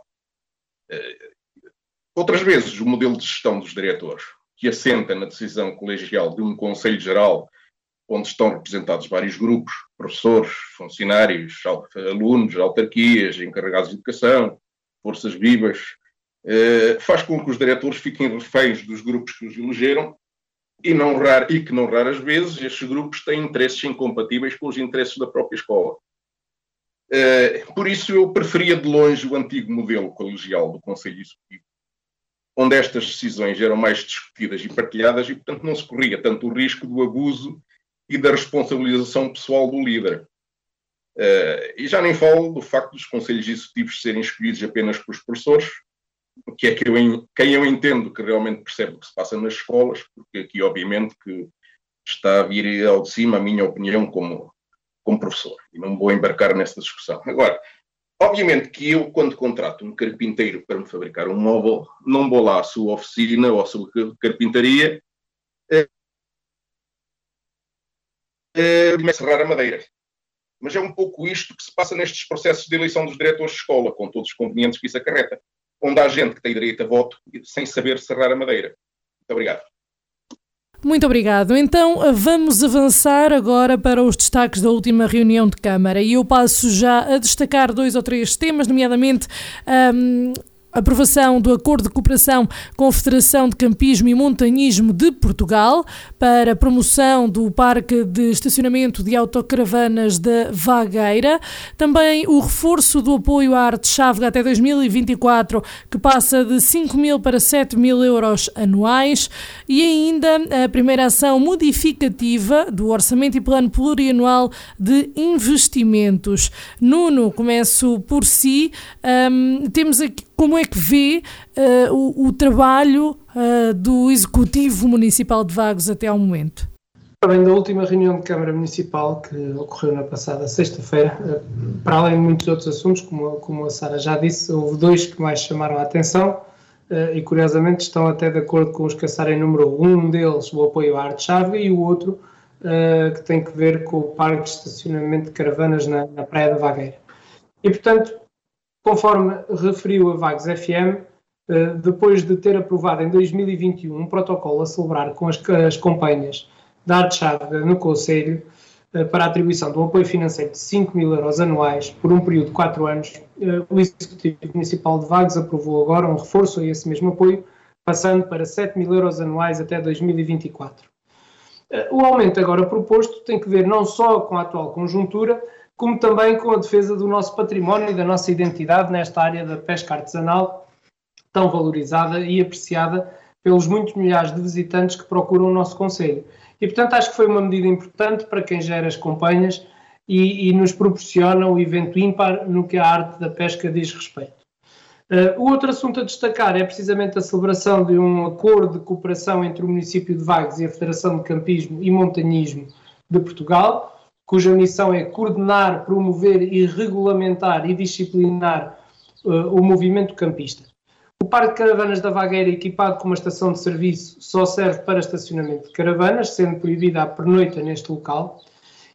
Uh, outras vezes o modelo de gestão dos diretores, que assenta na decisão colegial de um Conselho Geral, onde estão representados vários grupos, professores, funcionários, alunos, autarquias, encarregados de educação, forças vivas, eh, faz com que os diretores fiquem reféns dos grupos que os elegeram e, não rar, e que não raras vezes estes grupos têm interesses incompatíveis com os interesses da própria escola. Eh, por isso eu preferia de longe o antigo modelo colegial do Conselho Executivo, onde estas decisões eram mais discutidas e partilhadas e, portanto, não se corria tanto o risco do abuso e da responsabilização pessoal do líder. Uh, e já nem falo do facto dos conselhos executivos serem escolhidos apenas pelos professores, que é que eu, quem eu entendo que realmente percebe o que se passa nas escolas, porque aqui, obviamente, que está a vir ao de cima a minha opinião como, como professor, e não vou embarcar nessa discussão. Agora, obviamente que eu, quando contrato um carpinteiro para me fabricar um móvel, não vou lá à sua oficina ou à sua carpintaria e eh, me serrar a madeira. Mas é um pouco isto que se passa nestes processos de eleição dos diretores de escola, com todos os convenientes que isso acarreta, onde há gente que tem direito a voto sem saber serrar a madeira. Muito obrigado. Muito obrigado. Então vamos avançar agora para os destaques da última reunião de Câmara e eu passo já a destacar dois ou três temas, nomeadamente um, a aprovação do Acordo de Cooperação com a Federação de Campismo e Montanhismo de Portugal para a promoção do Parque de Estacionamento de Autocaravanas da Vagueira. Também o reforço do apoio à arte-chávega até dois mil e vinte e quatro, que passa de cinco mil para sete mil euros anuais. E ainda a primeira ação modificativa do Orçamento e Plano Plurianual de Investimentos. Nuno, começo por si. Um, temos aqui como é que vê uh, o, o trabalho uh, do Executivo Municipal de Vagos até ao momento? Além da última reunião de Câmara Municipal que ocorreu na passada sexta-feira, uh, para além de muitos outros assuntos, como, como a Sara já disse, houve dois que mais chamaram a atenção uh, e curiosamente estão até de acordo com os que a Sara enumerou. Um deles, o apoio à arte-chávega, e o outro uh, que tem que ver com o Parque de Estacionamento de Caravanas na, na Praia da Vagueira. E, portanto, conforme referiu a Vagos F M, depois de ter aprovado em dois mil e vinte e um um protocolo a celebrar com as, as companhias da arte-chávega no Conselho para a atribuição de um apoio financeiro de cinco mil euros anuais por um período de quatro anos, o Executivo Municipal de Vagos aprovou agora um reforço a esse mesmo apoio, passando para sete mil euros anuais até dois mil e vinte e quatro. O aumento agora proposto tem que ver não só com a atual conjuntura, como também com a defesa do nosso património e da nossa identidade nesta área da pesca artesanal, tão valorizada e apreciada pelos muitos milhares de visitantes que procuram o nosso concelho. E, portanto, acho que foi uma medida importante para quem gera as companhias e, e nos proporciona o evento ímpar no que a arte da pesca diz respeito. Uh, o outro assunto a destacar é precisamente a celebração de um acordo de cooperação entre o município de Vagos e a Federação de Campismo e Montanhismo de Portugal, cuja missão é coordenar, promover e regulamentar e disciplinar uh, o movimento campista. O Parque de Caravanas da Vagueira, equipado com uma estação de serviço, só serve para estacionamento de caravanas, sendo proibida a pernoita neste local,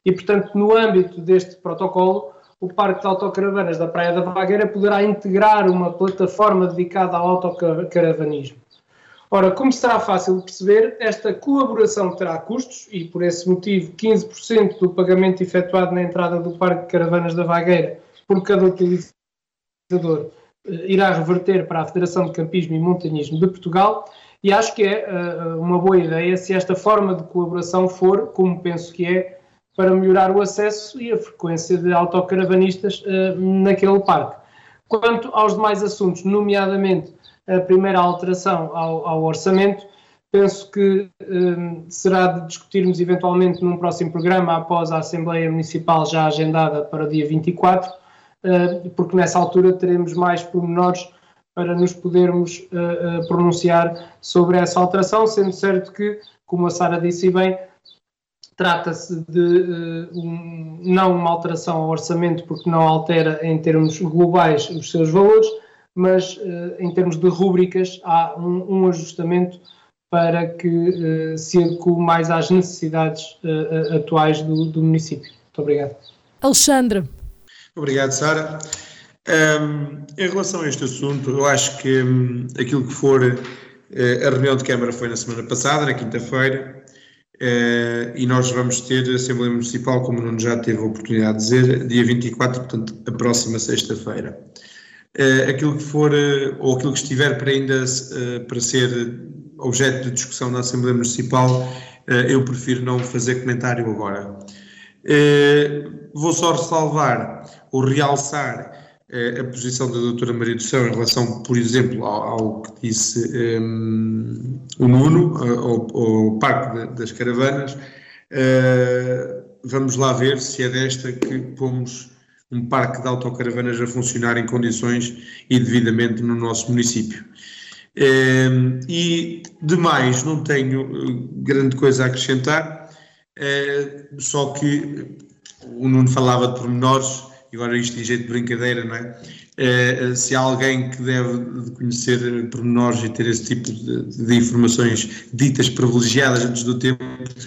E, portanto, no âmbito deste protocolo, o Parque de Autocaravanas da Praia da Vagueira poderá integrar uma plataforma dedicada ao autocaravanismo. Ora, como será fácil de perceber, esta colaboração terá custos e, por esse motivo, quinze por cento do pagamento efetuado na entrada do Parque de Caravanas da Vagueira por cada utilizador irá reverter para a Federação de Campismo e Montanhismo de Portugal, e acho que é uh, uma boa ideia se esta forma de colaboração for, como penso que é, para melhorar o acesso e a frequência de autocaravanistas uh, naquele parque. Quanto aos demais assuntos, nomeadamente a primeira alteração ao, ao orçamento, penso que um, será de discutirmos eventualmente num próximo programa, após a Assembleia Municipal já agendada para o dia vinte e quatro, uh, porque nessa altura teremos mais pormenores para nos podermos uh, uh, pronunciar sobre essa alteração, sendo certo que, como a Sara disse bem, trata-se de uh, um, não uma alteração ao orçamento, porque não altera em termos globais os seus valores, mas uh, em termos de rúbricas há um, um ajustamento para que uh, se adeque mais às necessidades uh, atuais do, do município. Muito obrigado. Alexandre. Obrigado, Sara. Um, em relação a este assunto, eu acho que um, aquilo que for uh, a reunião de Câmara foi na semana passada, na quinta-feira, uh, e nós vamos ter a Assembleia Municipal, como o Nuno já teve a oportunidade de dizer, dia vinte e quatro, portanto, a próxima sexta-feira. Uh, aquilo que for, uh, ou aquilo que estiver para ainda uh, para ser objeto de discussão na Assembleia Municipal, uh, eu prefiro não fazer comentário agora. Uh, vou só ressalvar ou realçar uh, a posição da doutora Maria do Céu em relação, por exemplo, ao, ao que disse um, o Nuno, ao, ao Parque de, das Caravanas. Uh, vamos lá ver se é desta que pomos um parque de autocaravanas a funcionar em condições e devidamente no nosso município. Uh, e, demais, não tenho grande coisa a acrescentar, uh, só que o Nuno falava de pormenores, e agora isto em jeito de brincadeira, não é? Uh, se há alguém que deve de conhecer pormenores e ter esse tipo de, de informações ditas privilegiadas antes do tempo,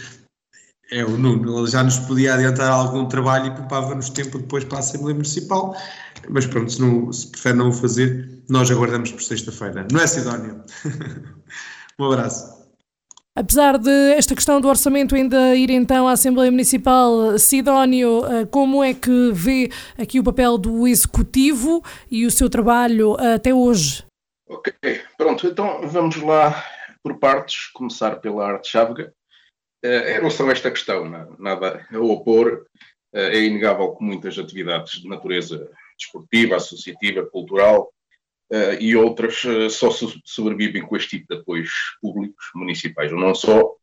é o Nuno. Ele já nos podia adiantar algum trabalho e poupava-nos tempo depois para a Assembleia Municipal, mas pronto, se, não, se prefere não o fazer, nós aguardamos por sexta-feira. Não é, Sidónio? Um abraço. Apesar de esta questão do orçamento ainda ir então à Assembleia Municipal, Sidónio, como é que vê aqui o papel do Executivo e o seu trabalho até hoje? Ok, pronto, então vamos lá por partes, começar pela arte chávega. Em relação a esta questão, nada a opor, é inegável que muitas atividades de natureza desportiva, associativa, cultural uh, e outras uh, só sobrevivem com este tipo de apoios públicos, municipais ou não só.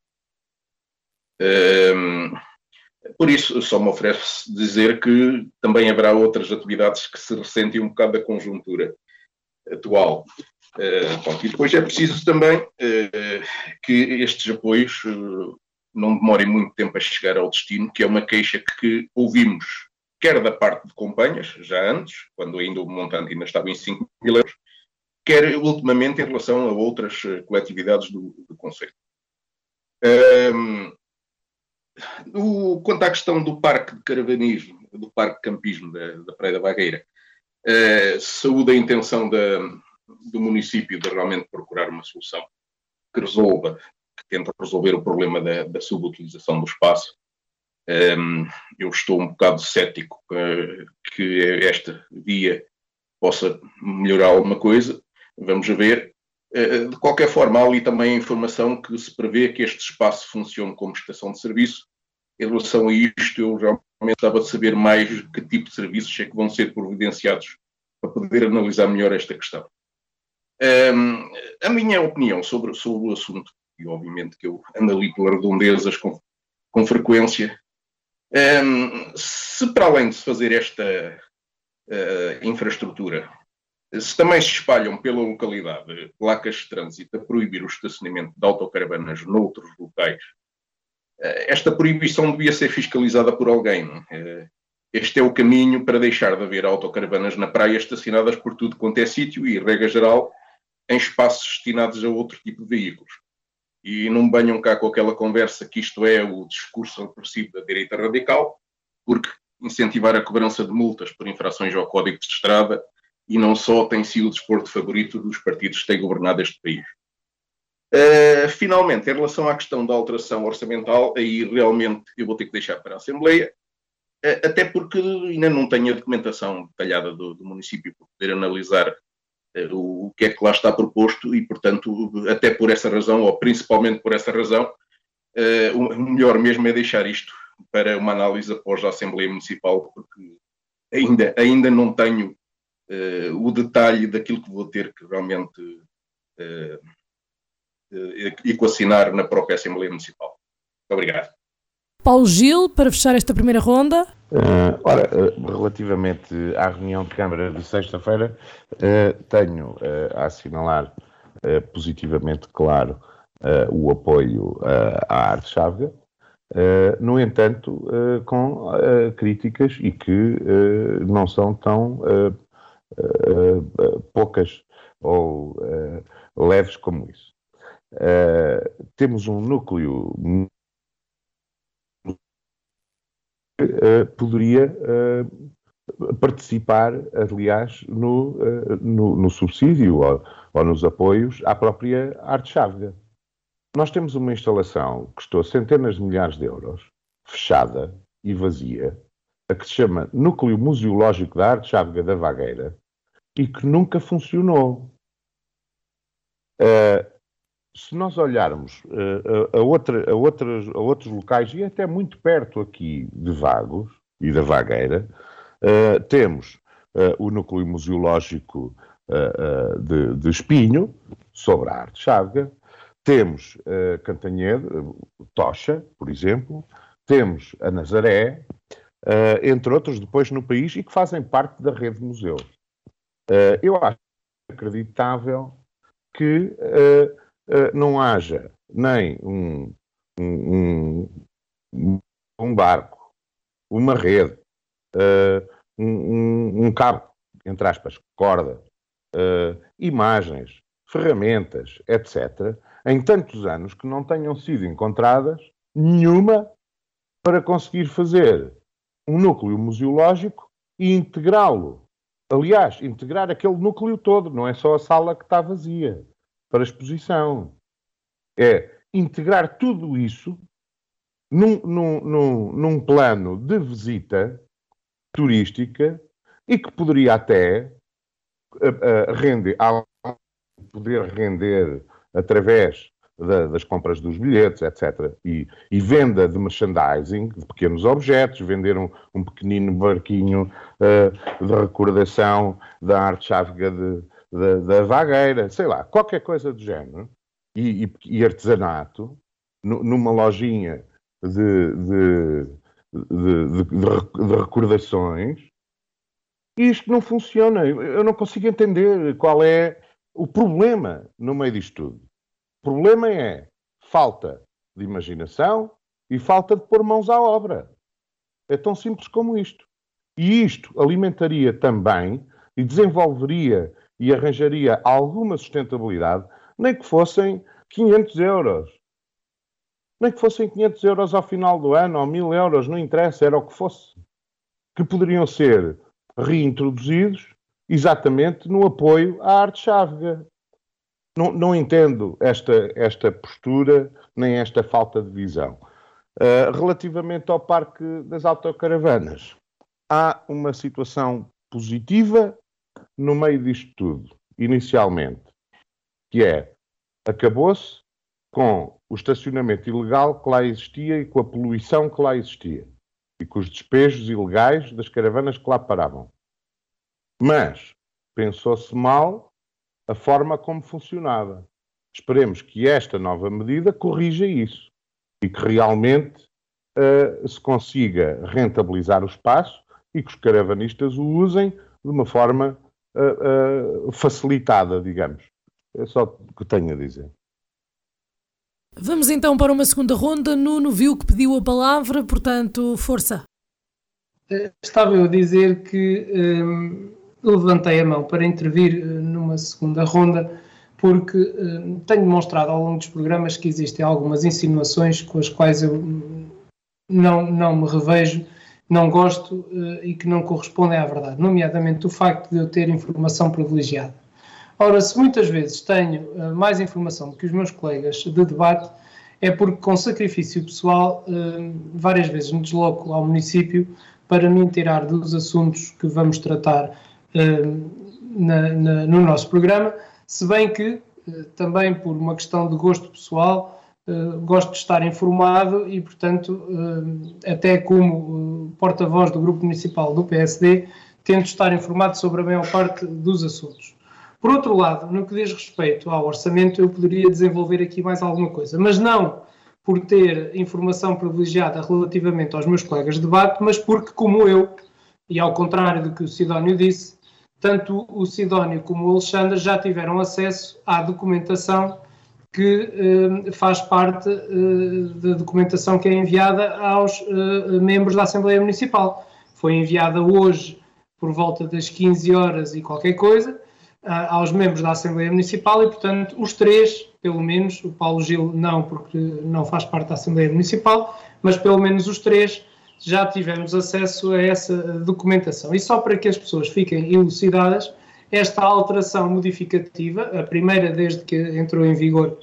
Um, por isso, só me oferece dizer que também haverá outras atividades que se ressentem um bocado da conjuntura atual. Uh, bom, e depois é preciso também uh, que estes apoios uh, não demorem muito tempo a chegar ao destino, que é uma queixa que ouvimos, quer da parte de companhias, já antes, quando ainda o montante ainda estava em cinco mil euros, quer ultimamente em relação a outras coletividades do, do concelho. Um, o, quanto à questão do parque de caravanismo, do parque de campismo da, da Praia da Vagueira, uh, saúde a intenção da, do município de realmente procurar uma solução que resolva, que tenta resolver o problema da, da subutilização do espaço. Um, eu estou um bocado cético uh, que esta via possa melhorar alguma coisa. Vamos ver. Uh, de qualquer forma, há ali também a informação que se prevê que este espaço funcione como estação de serviço. Em relação a isto, eu realmente gostava de saber mais que tipo de serviços é que vão ser providenciados para poder analisar melhor esta questão. Um, a minha opinião sobre, sobre o assunto, e obviamente que eu ando ali pelas redondezas com, com frequência, um, se para além de se fazer esta uh, infraestrutura, se também se espalham pela localidade placas de trânsito a proibir o estacionamento de autocaravanas noutros locais, uh, esta proibição devia ser fiscalizada por alguém. Uh, este é o caminho para deixar de haver autocaravanas na praia estacionadas por tudo quanto é sítio e, regra geral, em espaços destinados a outro tipo de veículos. E não venham cá com aquela conversa que isto é o discurso repressivo da direita radical, porque incentivar a cobrança de multas por infrações ao Código de Estrada e não só tem sido o desporto favorito dos partidos que têm governado este país. Uh, finalmente, em relação à questão da alteração orçamental, aí realmente eu vou ter que deixar para a Assembleia, uh, até porque ainda não tenho a documentação detalhada do, do município para poder analisar uh, o, o que é que lá está proposto e, portanto, até por essa razão, ou principalmente por essa razão, uh, o melhor mesmo é deixar isto para uma análise após a Assembleia Municipal, porque ainda, ainda não tenho uh, o detalhe daquilo que vou ter que realmente uh, uh, equacionar na própria Assembleia Municipal. Muito obrigado. Paulo Gil, para fechar esta primeira ronda. Uh, ora, uh, relativamente à reunião de Câmara de sexta-feira, uh, tenho uh, a assinalar uh, positivamente, claro, uh, o apoio uh, à Arte Chávega. Uh, no entanto, uh, com uh, críticas e que uh, não são tão uh, uh, uh, poucas ou uh, leves como isso. Uh, temos um núcleo que uh, poderia uh, participar, aliás, no, uh, no, no subsídio ou, ou nos apoios à própria Arte Chávega. Nós temos uma instalação que custou centenas de milhares de euros, fechada e vazia, a que se chama Núcleo Museológico da Arte Chávega da Vagueira, e que nunca funcionou. Uh, se nós olharmos uh, a, outra, a, outras, a outros locais, e até muito perto aqui de Vagos e da Vagueira, uh, temos uh, o Núcleo Museológico uh, uh, de, de Espinho, sobre a Arte Chávega. Temos uh, Cantanhede, Tocha, por exemplo, temos a Nazaré, uh, entre outros, depois no país, e que fazem parte da rede de museus. Uh, eu acho inacreditável que uh, uh, não haja nem um, um, um, um barco, uma rede, uh, um, um, um cabo, entre aspas, corda, uh, imagens, ferramentas, etcétera, em tantos anos que não tenham sido encontradas nenhuma para conseguir fazer um núcleo museológico e integrá-lo. Aliás, integrar aquele núcleo todo, não é só a sala que está vazia para exposição. É integrar tudo isso num, num, num, num plano de visita turística e que poderia até uh, uh, render, poder render através da, das compras dos bilhetes, etcétera, e, e venda de merchandising, de pequenos objetos, vender um, um pequenino barquinho uh, de recordação da Arte Chávega de, de, da Vagueira, sei lá, qualquer coisa do género, e, e, e artesanato, n- numa lojinha de, de, de, de, de, de recordações, e isto não funciona. Eu não consigo entender qual é o problema no meio disto tudo. O problema é falta de imaginação e falta de pôr mãos à obra. É tão simples como isto. E isto alimentaria também e desenvolveria e arranjaria alguma sustentabilidade, nem que fossem quinhentos euros. Nem que fossem quinhentos euros ao final do ano, ou mil euros, não interessa, era o que fosse. Que poderiam ser reintroduzidos exatamente no apoio à Arte Chávega. Não, não entendo esta, esta postura, nem esta falta de visão. Uh, relativamente ao Parque das Autocaravanas, há uma situação positiva no meio disto tudo, inicialmente, que é, acabou-se com o estacionamento ilegal que lá existia e com a poluição que lá existia, e com os despejos ilegais das caravanas que lá paravam. Mas pensou-se mal a forma como funcionava. Esperemos que esta nova medida corrija isso e que realmente uh, se consiga rentabilizar o espaço e que os caravanistas o usem de uma forma uh, uh, facilitada, digamos. É só o que tenho a dizer. Vamos então para uma segunda ronda. Nuno viu que pediu a palavra, portanto, força. Estava eu a dizer que hum, levantei a mão para intervir numa segunda ronda porque hum, tenho demonstrado ao longo dos programas que existem algumas insinuações com as quais eu não, não me revejo não gosto uh, e que não correspondem à verdade, nomeadamente o facto de eu ter informação privilegiada. Ora, se muitas vezes tenho uh, mais informação do que os meus colegas de debate, é porque com sacrifício pessoal uh, várias vezes me desloco ao município para me inteirar dos assuntos que vamos tratar uh, na, na, no nosso programa, se bem que uh, também por uma questão de gosto pessoal uh, gosto de estar informado e, portanto, uh, até como uh, porta-voz do Grupo Municipal do P S D, tento estar informado sobre a maior parte dos assuntos. Por outro lado, no que diz respeito ao orçamento, eu poderia desenvolver aqui mais alguma coisa, mas não por ter informação privilegiada relativamente aos meus colegas de debate, mas porque, como eu, e ao contrário do que o Sidónio disse, tanto o Sidónio como o Alexandre já tiveram acesso à documentação que eh, faz parte eh, da documentação que é enviada aos eh, membros da Assembleia Municipal. Foi enviada hoje por volta das quinze horas e qualquer coisa, aos membros da Assembleia Municipal e, portanto, os três, pelo menos, o Paulo Gil não, porque não faz parte da Assembleia Municipal, mas pelo menos os três já tivemos acesso a essa documentação. E só para que as pessoas fiquem elucidadas, esta alteração modificativa, a primeira desde que entrou em vigor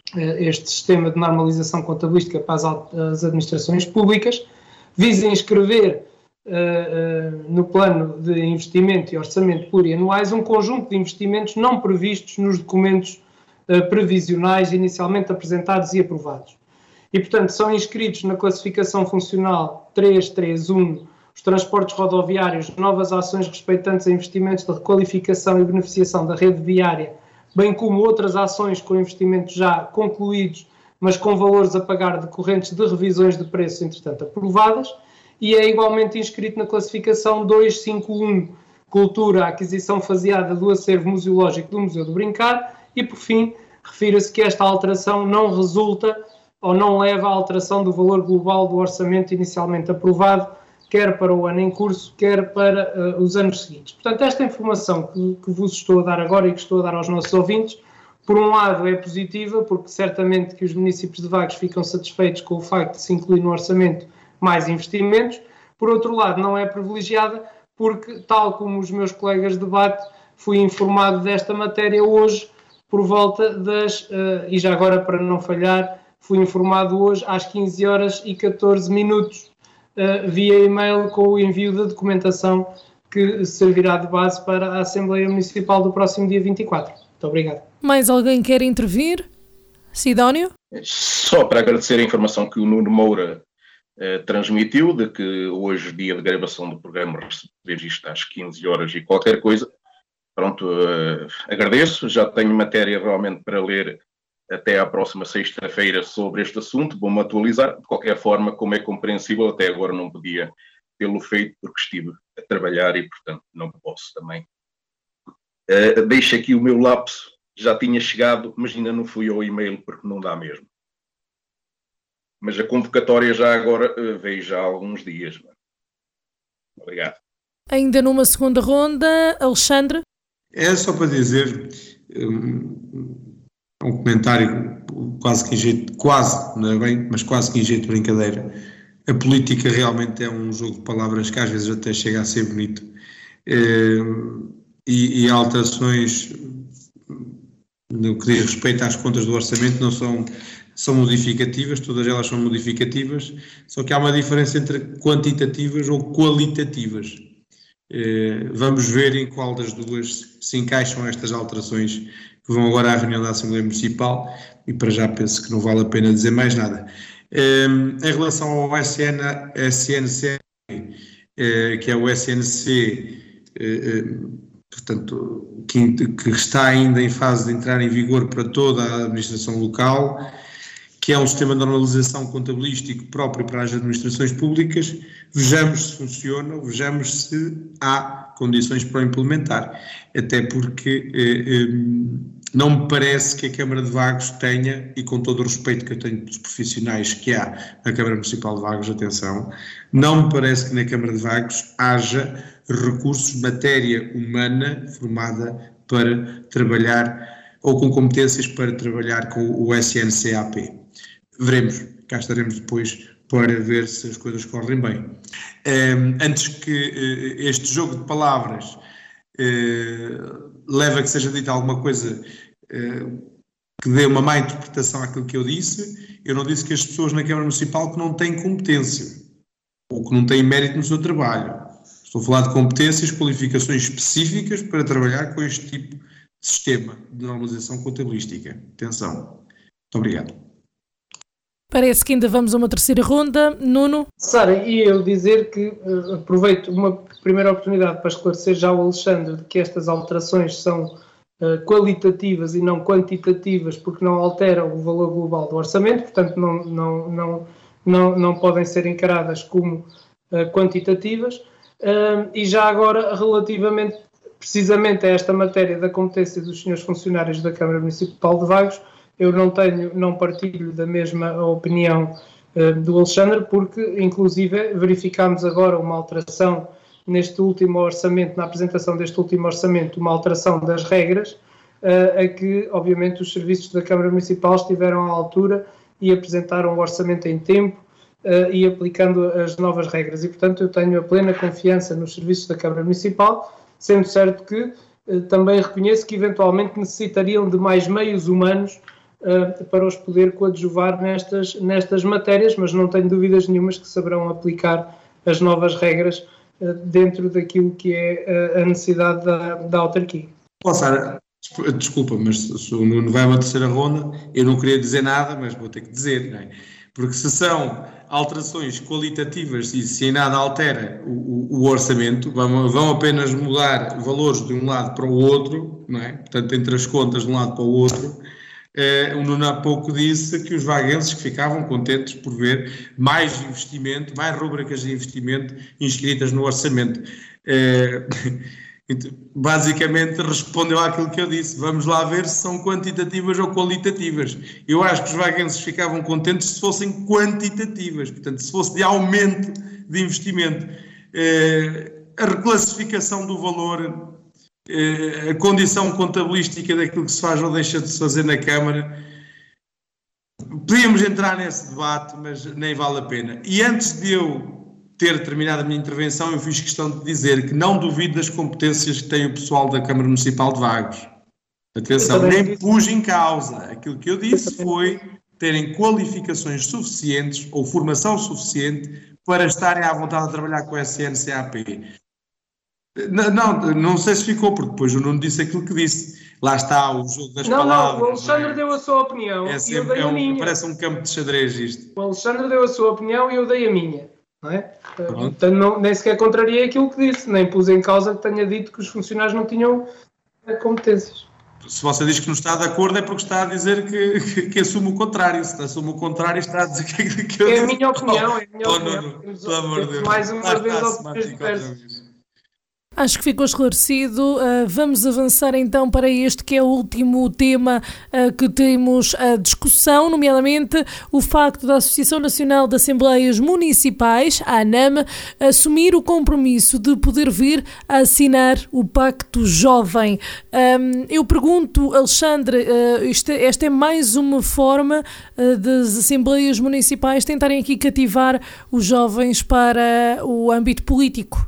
este sistema de normalização contabilística para as administrações públicas, visa inscrever Uh, uh, no plano de investimento e orçamento plurianuais um conjunto de investimentos não previstos nos documentos uh, previsionais inicialmente apresentados e aprovados. E, portanto, são inscritos na classificação funcional três três um os transportes rodoviários, novas ações respeitantes a investimentos de requalificação e beneficiação da rede viária, bem como outras ações com investimentos já concluídos, mas com valores a pagar decorrentes de revisões de preços, entretanto, aprovadas. E é igualmente inscrito na classificação duzentos e cinquenta e um, Cultura, aquisição faseada do acervo museológico do Museu do Brincar, e, por fim, refira-se que esta alteração não resulta ou não leva à alteração do valor global do orçamento inicialmente aprovado, quer para o ano em curso, quer para uh, os anos seguintes. Portanto, esta informação que, que vos estou a dar agora e que estou a dar aos nossos ouvintes, por um lado é positiva, porque certamente que os municípios de Vagos ficam satisfeitos com o facto de se incluir no orçamento mais investimentos. Por outro lado, não é privilegiada porque, tal como os meus colegas de debate, fui informado desta matéria hoje por volta das, uh, e já agora para não falhar, fui informado hoje às quinze horas e catorze minutos uh, via e-mail com o envio da documentação que servirá de base para a Assembleia Municipal do próximo dia vinte e quatro. Muito obrigado. Mais alguém quer intervir? Sidónio? Só para agradecer a informação que o Nuno Moura Uh, transmitiu, de que hoje, dia de gravação do programa, receber isto às quinze horas e qualquer coisa. Pronto, uh, agradeço. Já tenho matéria realmente para ler até à próxima sexta-feira sobre este assunto. Vou-me atualizar. De qualquer forma, como é compreensível, até agora não podia tê-lo feito porque estive a trabalhar e, portanto, não posso também. Uh, deixo aqui o meu lapso. Já tinha chegado, mas ainda não fui ao e-mail porque não dá mesmo. Mas a convocatória já agora uh, veio já há alguns dias. Obrigado. Ainda numa segunda ronda, Alexandre? É só para dizer um, um comentário quase que em jeito, quase, não é bem, mas quase que em jeito de brincadeira. A política realmente é um jogo de palavras que às vezes até chega a ser bonito. Uh, e, e alterações no que diz respeito às contas do orçamento não são... são modificativas, todas elas são modificativas, só que há uma diferença entre quantitativas ou qualitativas. Eh, vamos ver em qual das duas se encaixam estas alterações que vão agora à reunião da Assembleia Municipal e para já penso que não vale a pena dizer mais nada. Eh, em relação ao S N, S N C, eh, que é o S N C, eh, portanto, que, que está ainda em fase de entrar em vigor para toda a administração local, que é um sistema de normalização contabilístico próprio para as administrações públicas, vejamos se funciona, vejamos se há condições para o implementar, até porque eh, eh, não me parece que a Câmara de Vagos tenha, e com todo o respeito que eu tenho dos profissionais que há na Câmara Municipal de Vagos, atenção, não me parece que na Câmara de Vagos haja recursos, matéria humana formada para trabalhar, ou com competências para trabalhar com o S N C A P. Veremos, cá estaremos depois para ver se as coisas correm bem. Um, antes que uh, este jogo de palavras uh, leve a que seja dita alguma coisa uh, que dê uma má interpretação àquilo que eu disse, eu não disse que as pessoas na Câmara Municipal que não têm competência ou que não têm mérito no seu trabalho. Estou a falar de competências, qualificações específicas para trabalhar com este tipo de sistema de normalização contabilística. Atenção. Muito obrigado. Parece que ainda vamos a uma terceira ronda. Nuno? Sara, e eu dizer que uh, aproveito uma primeira oportunidade para esclarecer já ao Alexandre de que estas alterações são uh, qualitativas e não quantitativas, porque não alteram o valor global do orçamento, portanto não, não, não, não, não podem ser encaradas como uh, quantitativas. Uh, e já agora, relativamente precisamente a esta matéria da competência dos senhores funcionários da Câmara Municipal de Vagos, eu não tenho, não partilho da mesma opinião uh, do Alexandre, porque inclusive verificámos agora uma alteração neste último orçamento, na apresentação deste último orçamento, uma alteração das regras, uh, a que obviamente os serviços da Câmara Municipal estiveram à altura e apresentaram o orçamento em tempo uh, e aplicando as novas regras. E portanto eu tenho a plena confiança nos serviços da Câmara Municipal, sendo certo que uh, também reconheço que eventualmente necessitariam de mais meios humanos Uh, para os poder coadjuvar nestas, nestas matérias, mas não tenho dúvidas nenhumas que saberão aplicar as novas regras uh, dentro daquilo que é uh, a necessidade da, da autarquia. Oh, Sara, desculpa, mas se o Nuno vai a uma terceira ronda, eu não queria dizer nada, mas vou ter que dizer, não é? Porque se são alterações qualitativas e se em nada altera o, o, o orçamento, vão, vão apenas mudar valores de um lado para o outro, não é? Portanto, entre as contas de um lado para o outro. Uh, o Nuno há pouco disse que os vaguenses que ficavam contentes por ver mais investimento, mais rubricas de investimento inscritas no orçamento. Uh, basicamente respondeu àquilo que eu disse. Vamos lá ver se são quantitativas ou qualitativas. Eu acho que os vaguenses ficavam contentes se fossem quantitativas, portanto, se fosse de aumento de investimento. Uh, a reclassificação do valor, a condição contabilística daquilo que se faz ou deixa de se fazer na Câmara, podíamos entrar nesse debate, mas nem vale a pena. E antes de eu ter terminado a minha intervenção, eu fiz questão de dizer que não duvido das competências que tem o pessoal da Câmara Municipal de Vagos. Atenção, nem pus em causa. Aquilo que eu disse foi terem qualificações suficientes ou formação suficiente para estarem à vontade de trabalhar com a S N C A P. Não, não, não sei se ficou, porque depois o Nuno disse aquilo que disse. Lá está o jogo das não, palavras. Não, o Alexandre é? deu a sua opinião é sempre, e eu dei é um, a minha. Parece um campo de xadrez isto. O Alexandre deu a sua opinião e eu dei a minha. Não é? Portanto, não, nem sequer contrariei aquilo que disse, nem pus em causa que tenha dito que os funcionários não tinham competências. Se você diz que não está de acordo é porque está a dizer que, que, que assume o contrário. Se assume o contrário está a dizer que, que eu é disse. a minha opinião, é a minha oh, opinião. Não, não, pelo amor de Deus. Mais uma Lá vez está, opiniões diversas. Acho que ficou esclarecido. Uh, vamos avançar então para este que é o último tema uh, que temos a discussão, nomeadamente o facto da Associação Nacional de Assembleias Municipais, a ANAM, assumir o compromisso de poder vir a assinar o Pacto Jovem. Um, eu pergunto, Alexandre, uh, isto, esta é mais uma forma uh, das Assembleias Municipais tentarem aqui cativar os jovens para o âmbito político?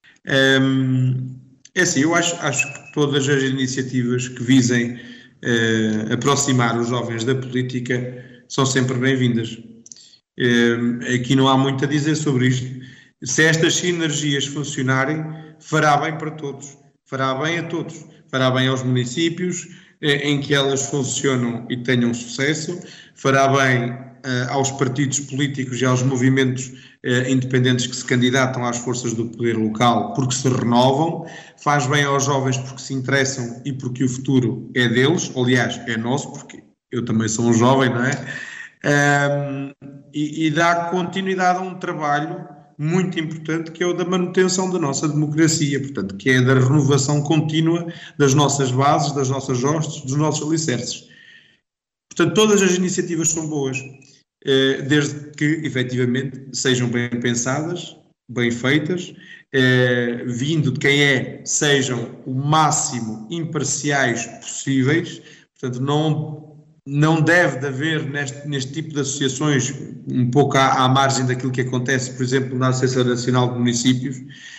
Um, é assim, eu acho, acho que todas as iniciativas que visem uh, aproximar os jovens da política são sempre bem-vindas. Um, aqui não há muito a dizer sobre isto. Se estas sinergias funcionarem, fará bem para todos, fará bem a todos, fará bem aos municípios eh, em que elas funcionam e tenham sucesso, fará bem aos partidos políticos e aos movimentos eh, independentes que se candidatam às forças do poder local porque se renovam, faz bem aos jovens porque se interessam e porque o futuro é deles, aliás, é nosso, porque eu também sou um jovem, não é? Um, e, e dá continuidade a um trabalho muito importante que é o da manutenção da nossa democracia, portanto, que é da renovação contínua das nossas bases, das nossas hostes, dos nossos alicerces. Portanto, todas as iniciativas são boas, desde que, efetivamente, sejam bem pensadas, bem feitas, vindo de quem é, sejam o máximo imparciais possíveis, portanto, não não deve de haver neste, neste tipo de associações, um pouco à, à margem daquilo que acontece, por exemplo, na Associação Nacional de Municípios,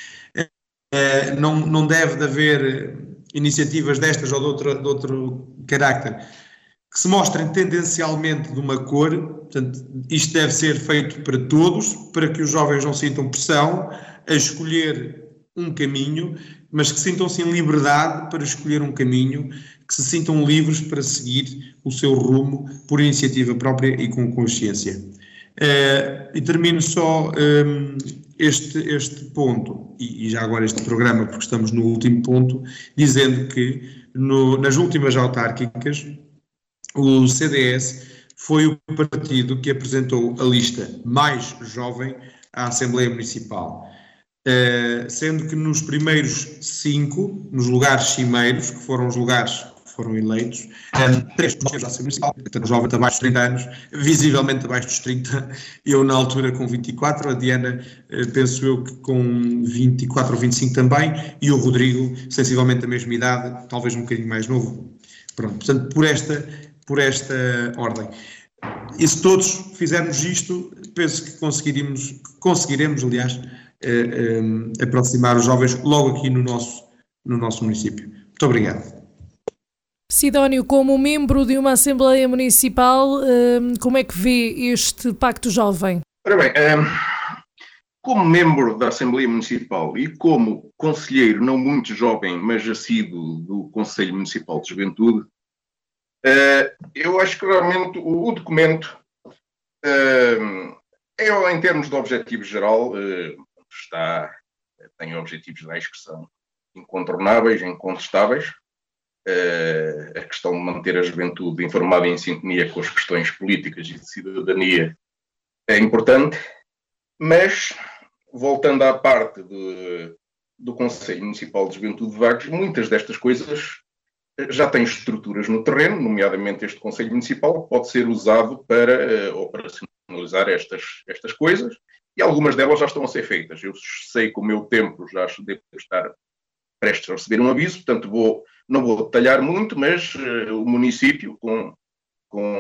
eh, não, não deve de haver iniciativas destas ou de outro, de outro carácter que se mostrem tendencialmente de uma cor. Portanto, isto deve ser feito para todos, para que os jovens não sintam pressão a escolher um caminho, mas que sintam-se em liberdade para escolher um caminho, que se sintam livres para seguir o seu rumo por iniciativa própria e com consciência. Uh, e termino só um, este, este ponto, e, e já agora este programa, porque estamos no último ponto, dizendo que no, nas últimas autárquicas o C D S foi o partido que apresentou a lista mais jovem à Assembleia Municipal. Uh, sendo que nos primeiros cinco, nos lugares cimeiros, que foram os lugares que foram eleitos, um, três jovens da Assembleia Municipal, portanto, jovens abaixo dos trinta anos, visivelmente abaixo dos trinta, eu na altura com vinte e quatro, a Diana, uh, penso eu que com vinte e quatro ou vinte e cinco também, e o Rodrigo, sensivelmente da mesma idade, talvez um bocadinho mais novo. Pronto, portanto, por esta, por esta ordem. E se todos fizermos isto, penso que conseguiremos, conseguiremos, aliás, Uh, um, aproximar os jovens logo aqui no nosso, no nosso município. Muito obrigado. Sidónio, como membro de uma Assembleia Municipal, um, como é que vê este Pacto Jovem? Ora bem, um, como membro da Assembleia Municipal e como conselheiro não muito jovem, mas assíduo do Conselho Municipal de Juventude, uh, eu acho que realmente o, o documento, uh, é, em termos de objetivo geral, uh, está, tem objetivos da expressão incontornáveis, incontestáveis. Uh, a questão de manter a juventude informada e em sintonia com as questões políticas e de cidadania é importante, mas, voltando à parte de, do Conselho Municipal de Juventude de Vagos, muitas destas coisas já têm estruturas no terreno, nomeadamente este Conselho Municipal pode ser usado para uh, operacionalizar estas, estas coisas, e algumas delas já estão a ser feitas. Eu sei que o meu tempo já devo estar prestes a receber um aviso, portanto vou, não vou detalhar muito, mas uh, o município, com, com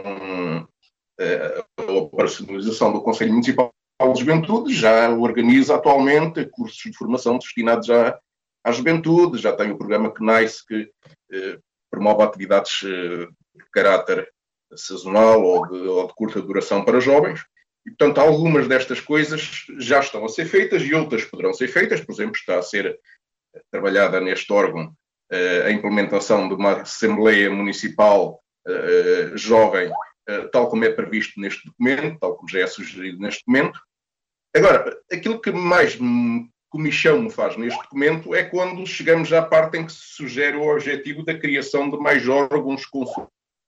uh, a operacionalização do Conselho Municipal de Juventude, já organiza atualmente cursos de formação destinados à, à juventude, já tem o programa CNAICE que uh, promove atividades uh, de caráter sazonal ou de, ou de curta duração para jovens. E, portanto, algumas destas coisas já estão a ser feitas e outras poderão ser feitas. Por exemplo, está a ser trabalhada neste órgão uh, a implementação de uma Assembleia Municipal uh, jovem, uh, tal como é previsto neste documento, tal como já é sugerido neste documento. Agora, aquilo que mais me, comichão me faz neste documento é quando chegamos à parte em que se sugere o objetivo da criação de mais órgãos consultivos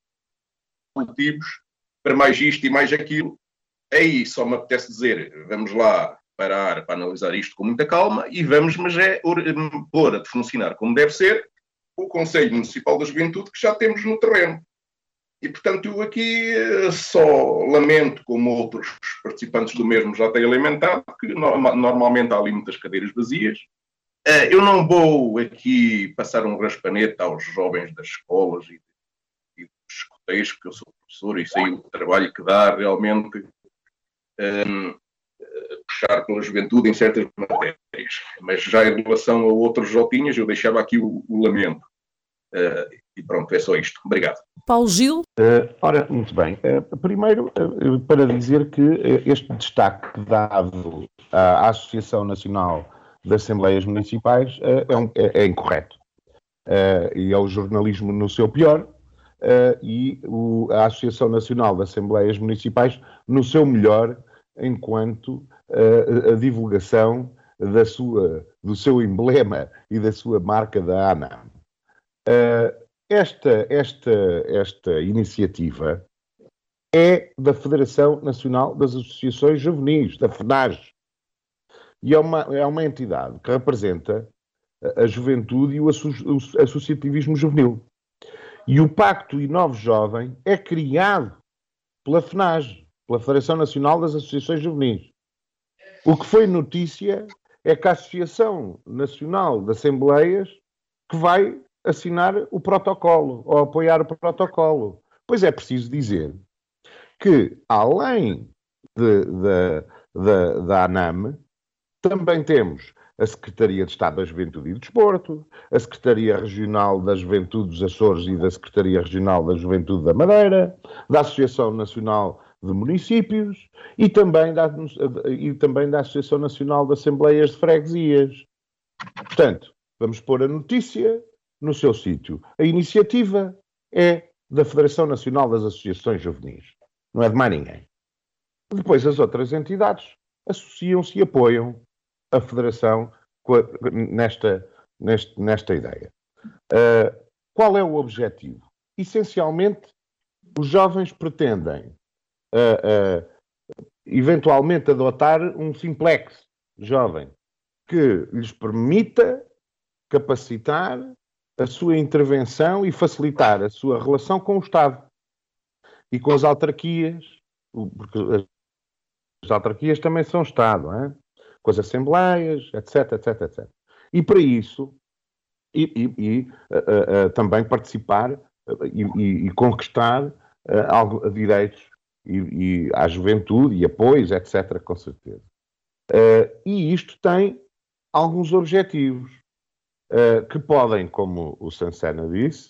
para mais isto e mais aquilo. Aí só me apetece dizer, vamos lá parar para analisar isto com muita calma e vamos, mas é pôr a funcionar como deve ser o Conselho Municipal da Juventude que já temos no terreno. E, portanto, eu aqui só lamento, como outros participantes do mesmo já têm lamentado, que normalmente há ali muitas cadeiras vazias. Eu não vou aqui passar um raspanete aos jovens das escolas e dos escoteiros, porque eu sou professor e sei o trabalho que dá realmente Um, puxar pela juventude em certas matérias, mas já em relação a outros jotinhas eu deixava aqui o, o lamento uh, e pronto, é só isto. Obrigado. Paulo Gil? Uh, ora, muito bem, uh, primeiro uh, para dizer que uh, este destaque dado à Associação Nacional de Assembleias Municipais uh, é, um, é, é incorreto uh, e é o jornalismo no seu pior uh, e o, a Associação Nacional de Assembleias Municipais no seu melhor, enquanto uh, a divulgação da sua, do seu emblema e da sua marca da ANAM. Uh, esta, esta, esta iniciativa é da Federação Nacional das Associações Juvenis, da FNAJ, e é uma, é uma entidade que representa a juventude e o, asso, o associativismo juvenil. E o Pacto Inove Jovem é criado pela FNAJ, pela Federação Nacional das Associações Juvenis. O que foi notícia é que a Associação Nacional de Assembleias que vai assinar o protocolo, ou apoiar o protocolo. Pois é preciso dizer que, além de, de, de, da ANAM, também temos a Secretaria de Estado da Juventude e do Desporto, a Secretaria Regional da Juventude dos Açores e da Secretaria Regional da Juventude da Madeira, da Associação Nacional de Municípios e também da, e também da Associação Nacional de Assembleias de Freguesias. Portanto, vamos pôr a notícia no seu sítio. A iniciativa é da Federação Nacional das Associações Juvenis. Não é de mais ninguém. Depois as outras entidades associam-se e apoiam a Federação nesta, nesta, nesta ideia. Uh, qual é o objetivo? Essencialmente, os jovens pretendem uh, uh, eventualmente adotar um simplex jovem que lhes permita capacitar a sua intervenção e facilitar a sua relação com o Estado e com as autarquias, porque as autarquias também são Estado, não é? Com as assembleias, etc, etc, etcétera. E para isso, e, e, e uh, uh, também participar uh, e, e, e conquistar uh, algo, direitos e, e à juventude e apoios, etcétera, com certeza. Uh, e isto tem alguns objetivos uh, que podem, como o Sansana disse,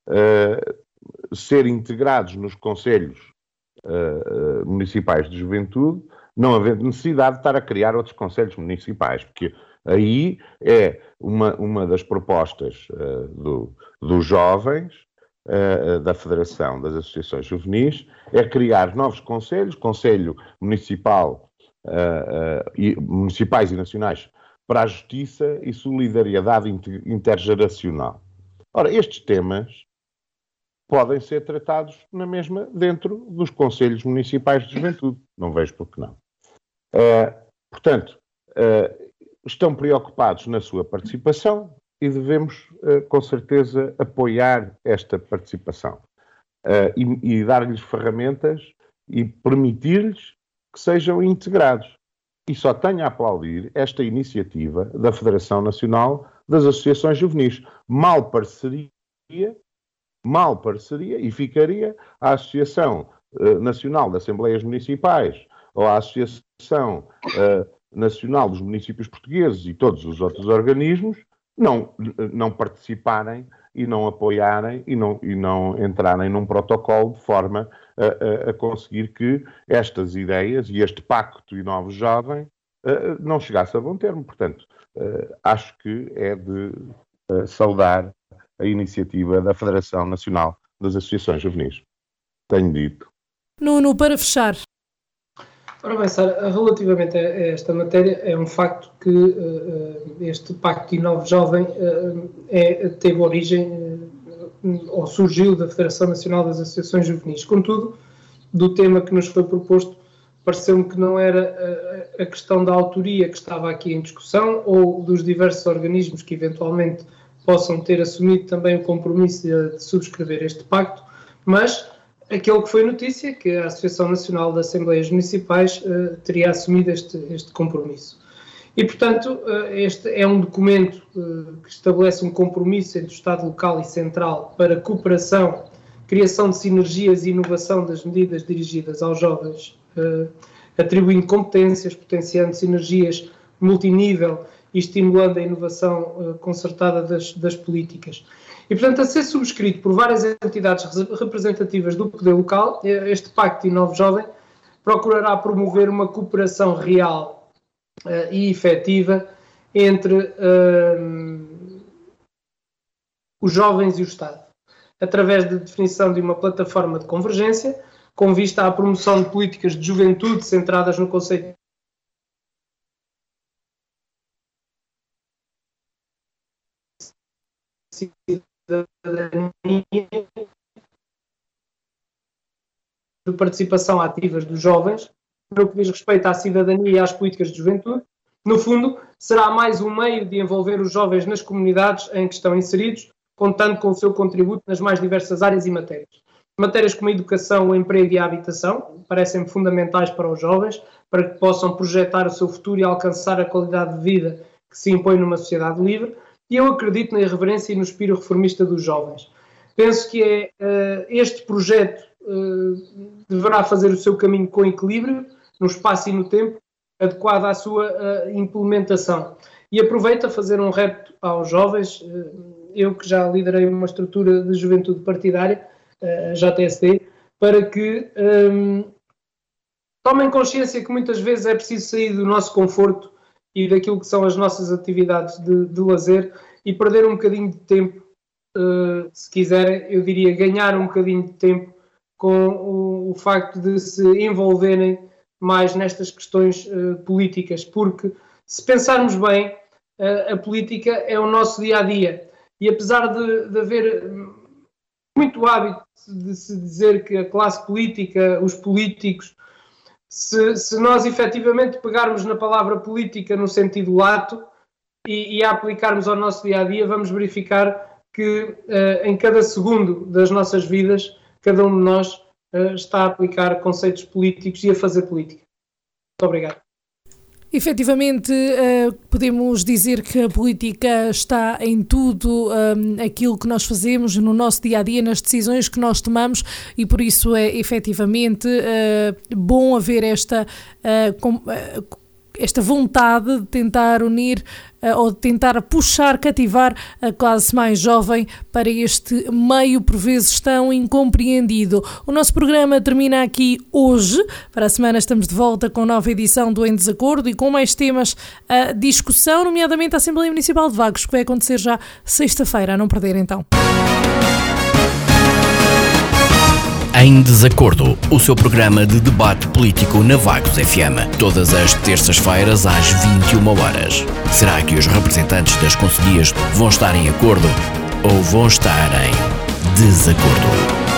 uh, ser integrados nos conselhos uh, uh, municipais de juventude, não havendo necessidade de estar a criar outros conselhos municipais, porque aí é uma, uma das propostas uh, do, dos jovens, uh, da Federação das Associações Juvenis, é criar novos conselhos, Conselho Municipal, uh, uh, e, municipais e nacionais para a Justiça e Solidariedade Intergeracional. Ora, estes temas podem ser tratados na mesma dentro dos Conselhos Municipais de Juventude. Não vejo por que não. Uh, portanto, uh, estão preocupados na sua participação e devemos, uh, com certeza, apoiar esta participação uh, e, e dar-lhes ferramentas e permitir-lhes que sejam integrados. E só tenho a aplaudir esta iniciativa da Federação Nacional das Associações Juvenis. Mal pareceria, mal pareceria e ficaria a Associação uh, Nacional de Assembleias Municipais ou a Associação uh, Nacional dos Municípios Portugueses e todos os outros organismos não, não participarem e não apoiarem e não, e não entrarem num protocolo de forma a, a, a conseguir que estas ideias e este pacto e novos jovens uh, não chegasse a bom termo. Portanto, uh, acho que é de uh, saudar a iniciativa da Federação Nacional das Associações Juvenis. Tenho dito. Nuno, para fechar. Ora bem, Sara, relativamente a esta matéria, é um facto que uh, este Pacto de Novo Jovem uh, é, teve origem uh, ou surgiu da Federação Nacional das Associações Juvenis. Contudo, do tema que nos foi proposto, pareceu-me que não era uh, a questão da autoria que estava aqui em discussão ou dos diversos organismos que eventualmente possam ter assumido também o compromisso de, de subscrever este pacto, mas aquele que foi notícia, que a Associação Nacional de Assembleias Municipais uh, teria assumido este, este compromisso. E, portanto, uh, este é um documento uh, que estabelece um compromisso entre o Estado local e central para cooperação, criação de sinergias e inovação das medidas dirigidas aos jovens, uh, atribuindo competências, potenciando sinergias multinível e estimulando a inovação uh, concertada das, das políticas. E, portanto, a ser subscrito por várias entidades representativas do poder local, este Pacto de Novo Jovem procurará promover uma cooperação real uh, e efetiva entre uh, os jovens e o Estado, através da definição de uma plataforma de convergência, com vista à promoção de políticas de juventude centradas no conceito de de participação ativas dos jovens, no que diz respeito à cidadania e às políticas de juventude. No fundo, será mais um meio de envolver os jovens nas comunidades em que estão inseridos, contando com o seu contributo nas mais diversas áreas e matérias. Matérias como a educação, o emprego e a habitação parecem fundamentais para os jovens, para que possam projetar o seu futuro e alcançar a qualidade de vida que se impõe numa sociedade livre. E eu acredito na irreverência e no espírito reformista dos jovens. penso que é, uh, este projeto uh, deverá fazer o seu caminho com equilíbrio, no espaço e no tempo, adequado à sua uh, implementação. E aproveito a fazer um repto aos jovens, uh, eu que já liderei uma estrutura de juventude partidária, a uh, J S D, para que um, tomem consciência que muitas vezes é preciso sair do nosso conforto e daquilo que são as nossas atividades de, de lazer e perder um bocadinho de tempo, uh, se quiserem, eu diria ganhar um bocadinho de tempo com o, o facto de se envolverem mais nestas questões uh, políticas, porque se pensarmos bem, uh, a política é o nosso dia-a-dia e apesar de, de haver muito hábito de se dizer que a classe política, os políticos, se, se nós efetivamente pegarmos na palavra política no sentido lato e, e a aplicarmos ao nosso dia-a-dia, vamos verificar que uh, em cada segundo das nossas vidas, cada um de nós uh, está a aplicar conceitos políticos e a fazer política. Muito obrigado. Efetivamente, podemos dizer que a política está em tudo aquilo que nós fazemos no nosso dia-a-dia, nas decisões que nós tomamos e por isso é efetivamente bom haver esta, esta vontade de tentar unir ou de tentar puxar, cativar a classe mais jovem para este meio por vezes tão incompreendido. O nosso programa termina aqui hoje. Para a semana estamos de volta com nova edição do Em Desacordo e com mais temas a discussão, nomeadamente a Assembleia Municipal de Vagos, que vai acontecer já sexta-feira, a não perder então. Em Desacordo, o seu programa de debate político na Vagos F M, todas as terças-feiras às vinte e uma horas. Será que os representantes das concelhias vão estar em acordo ou vão estar em desacordo?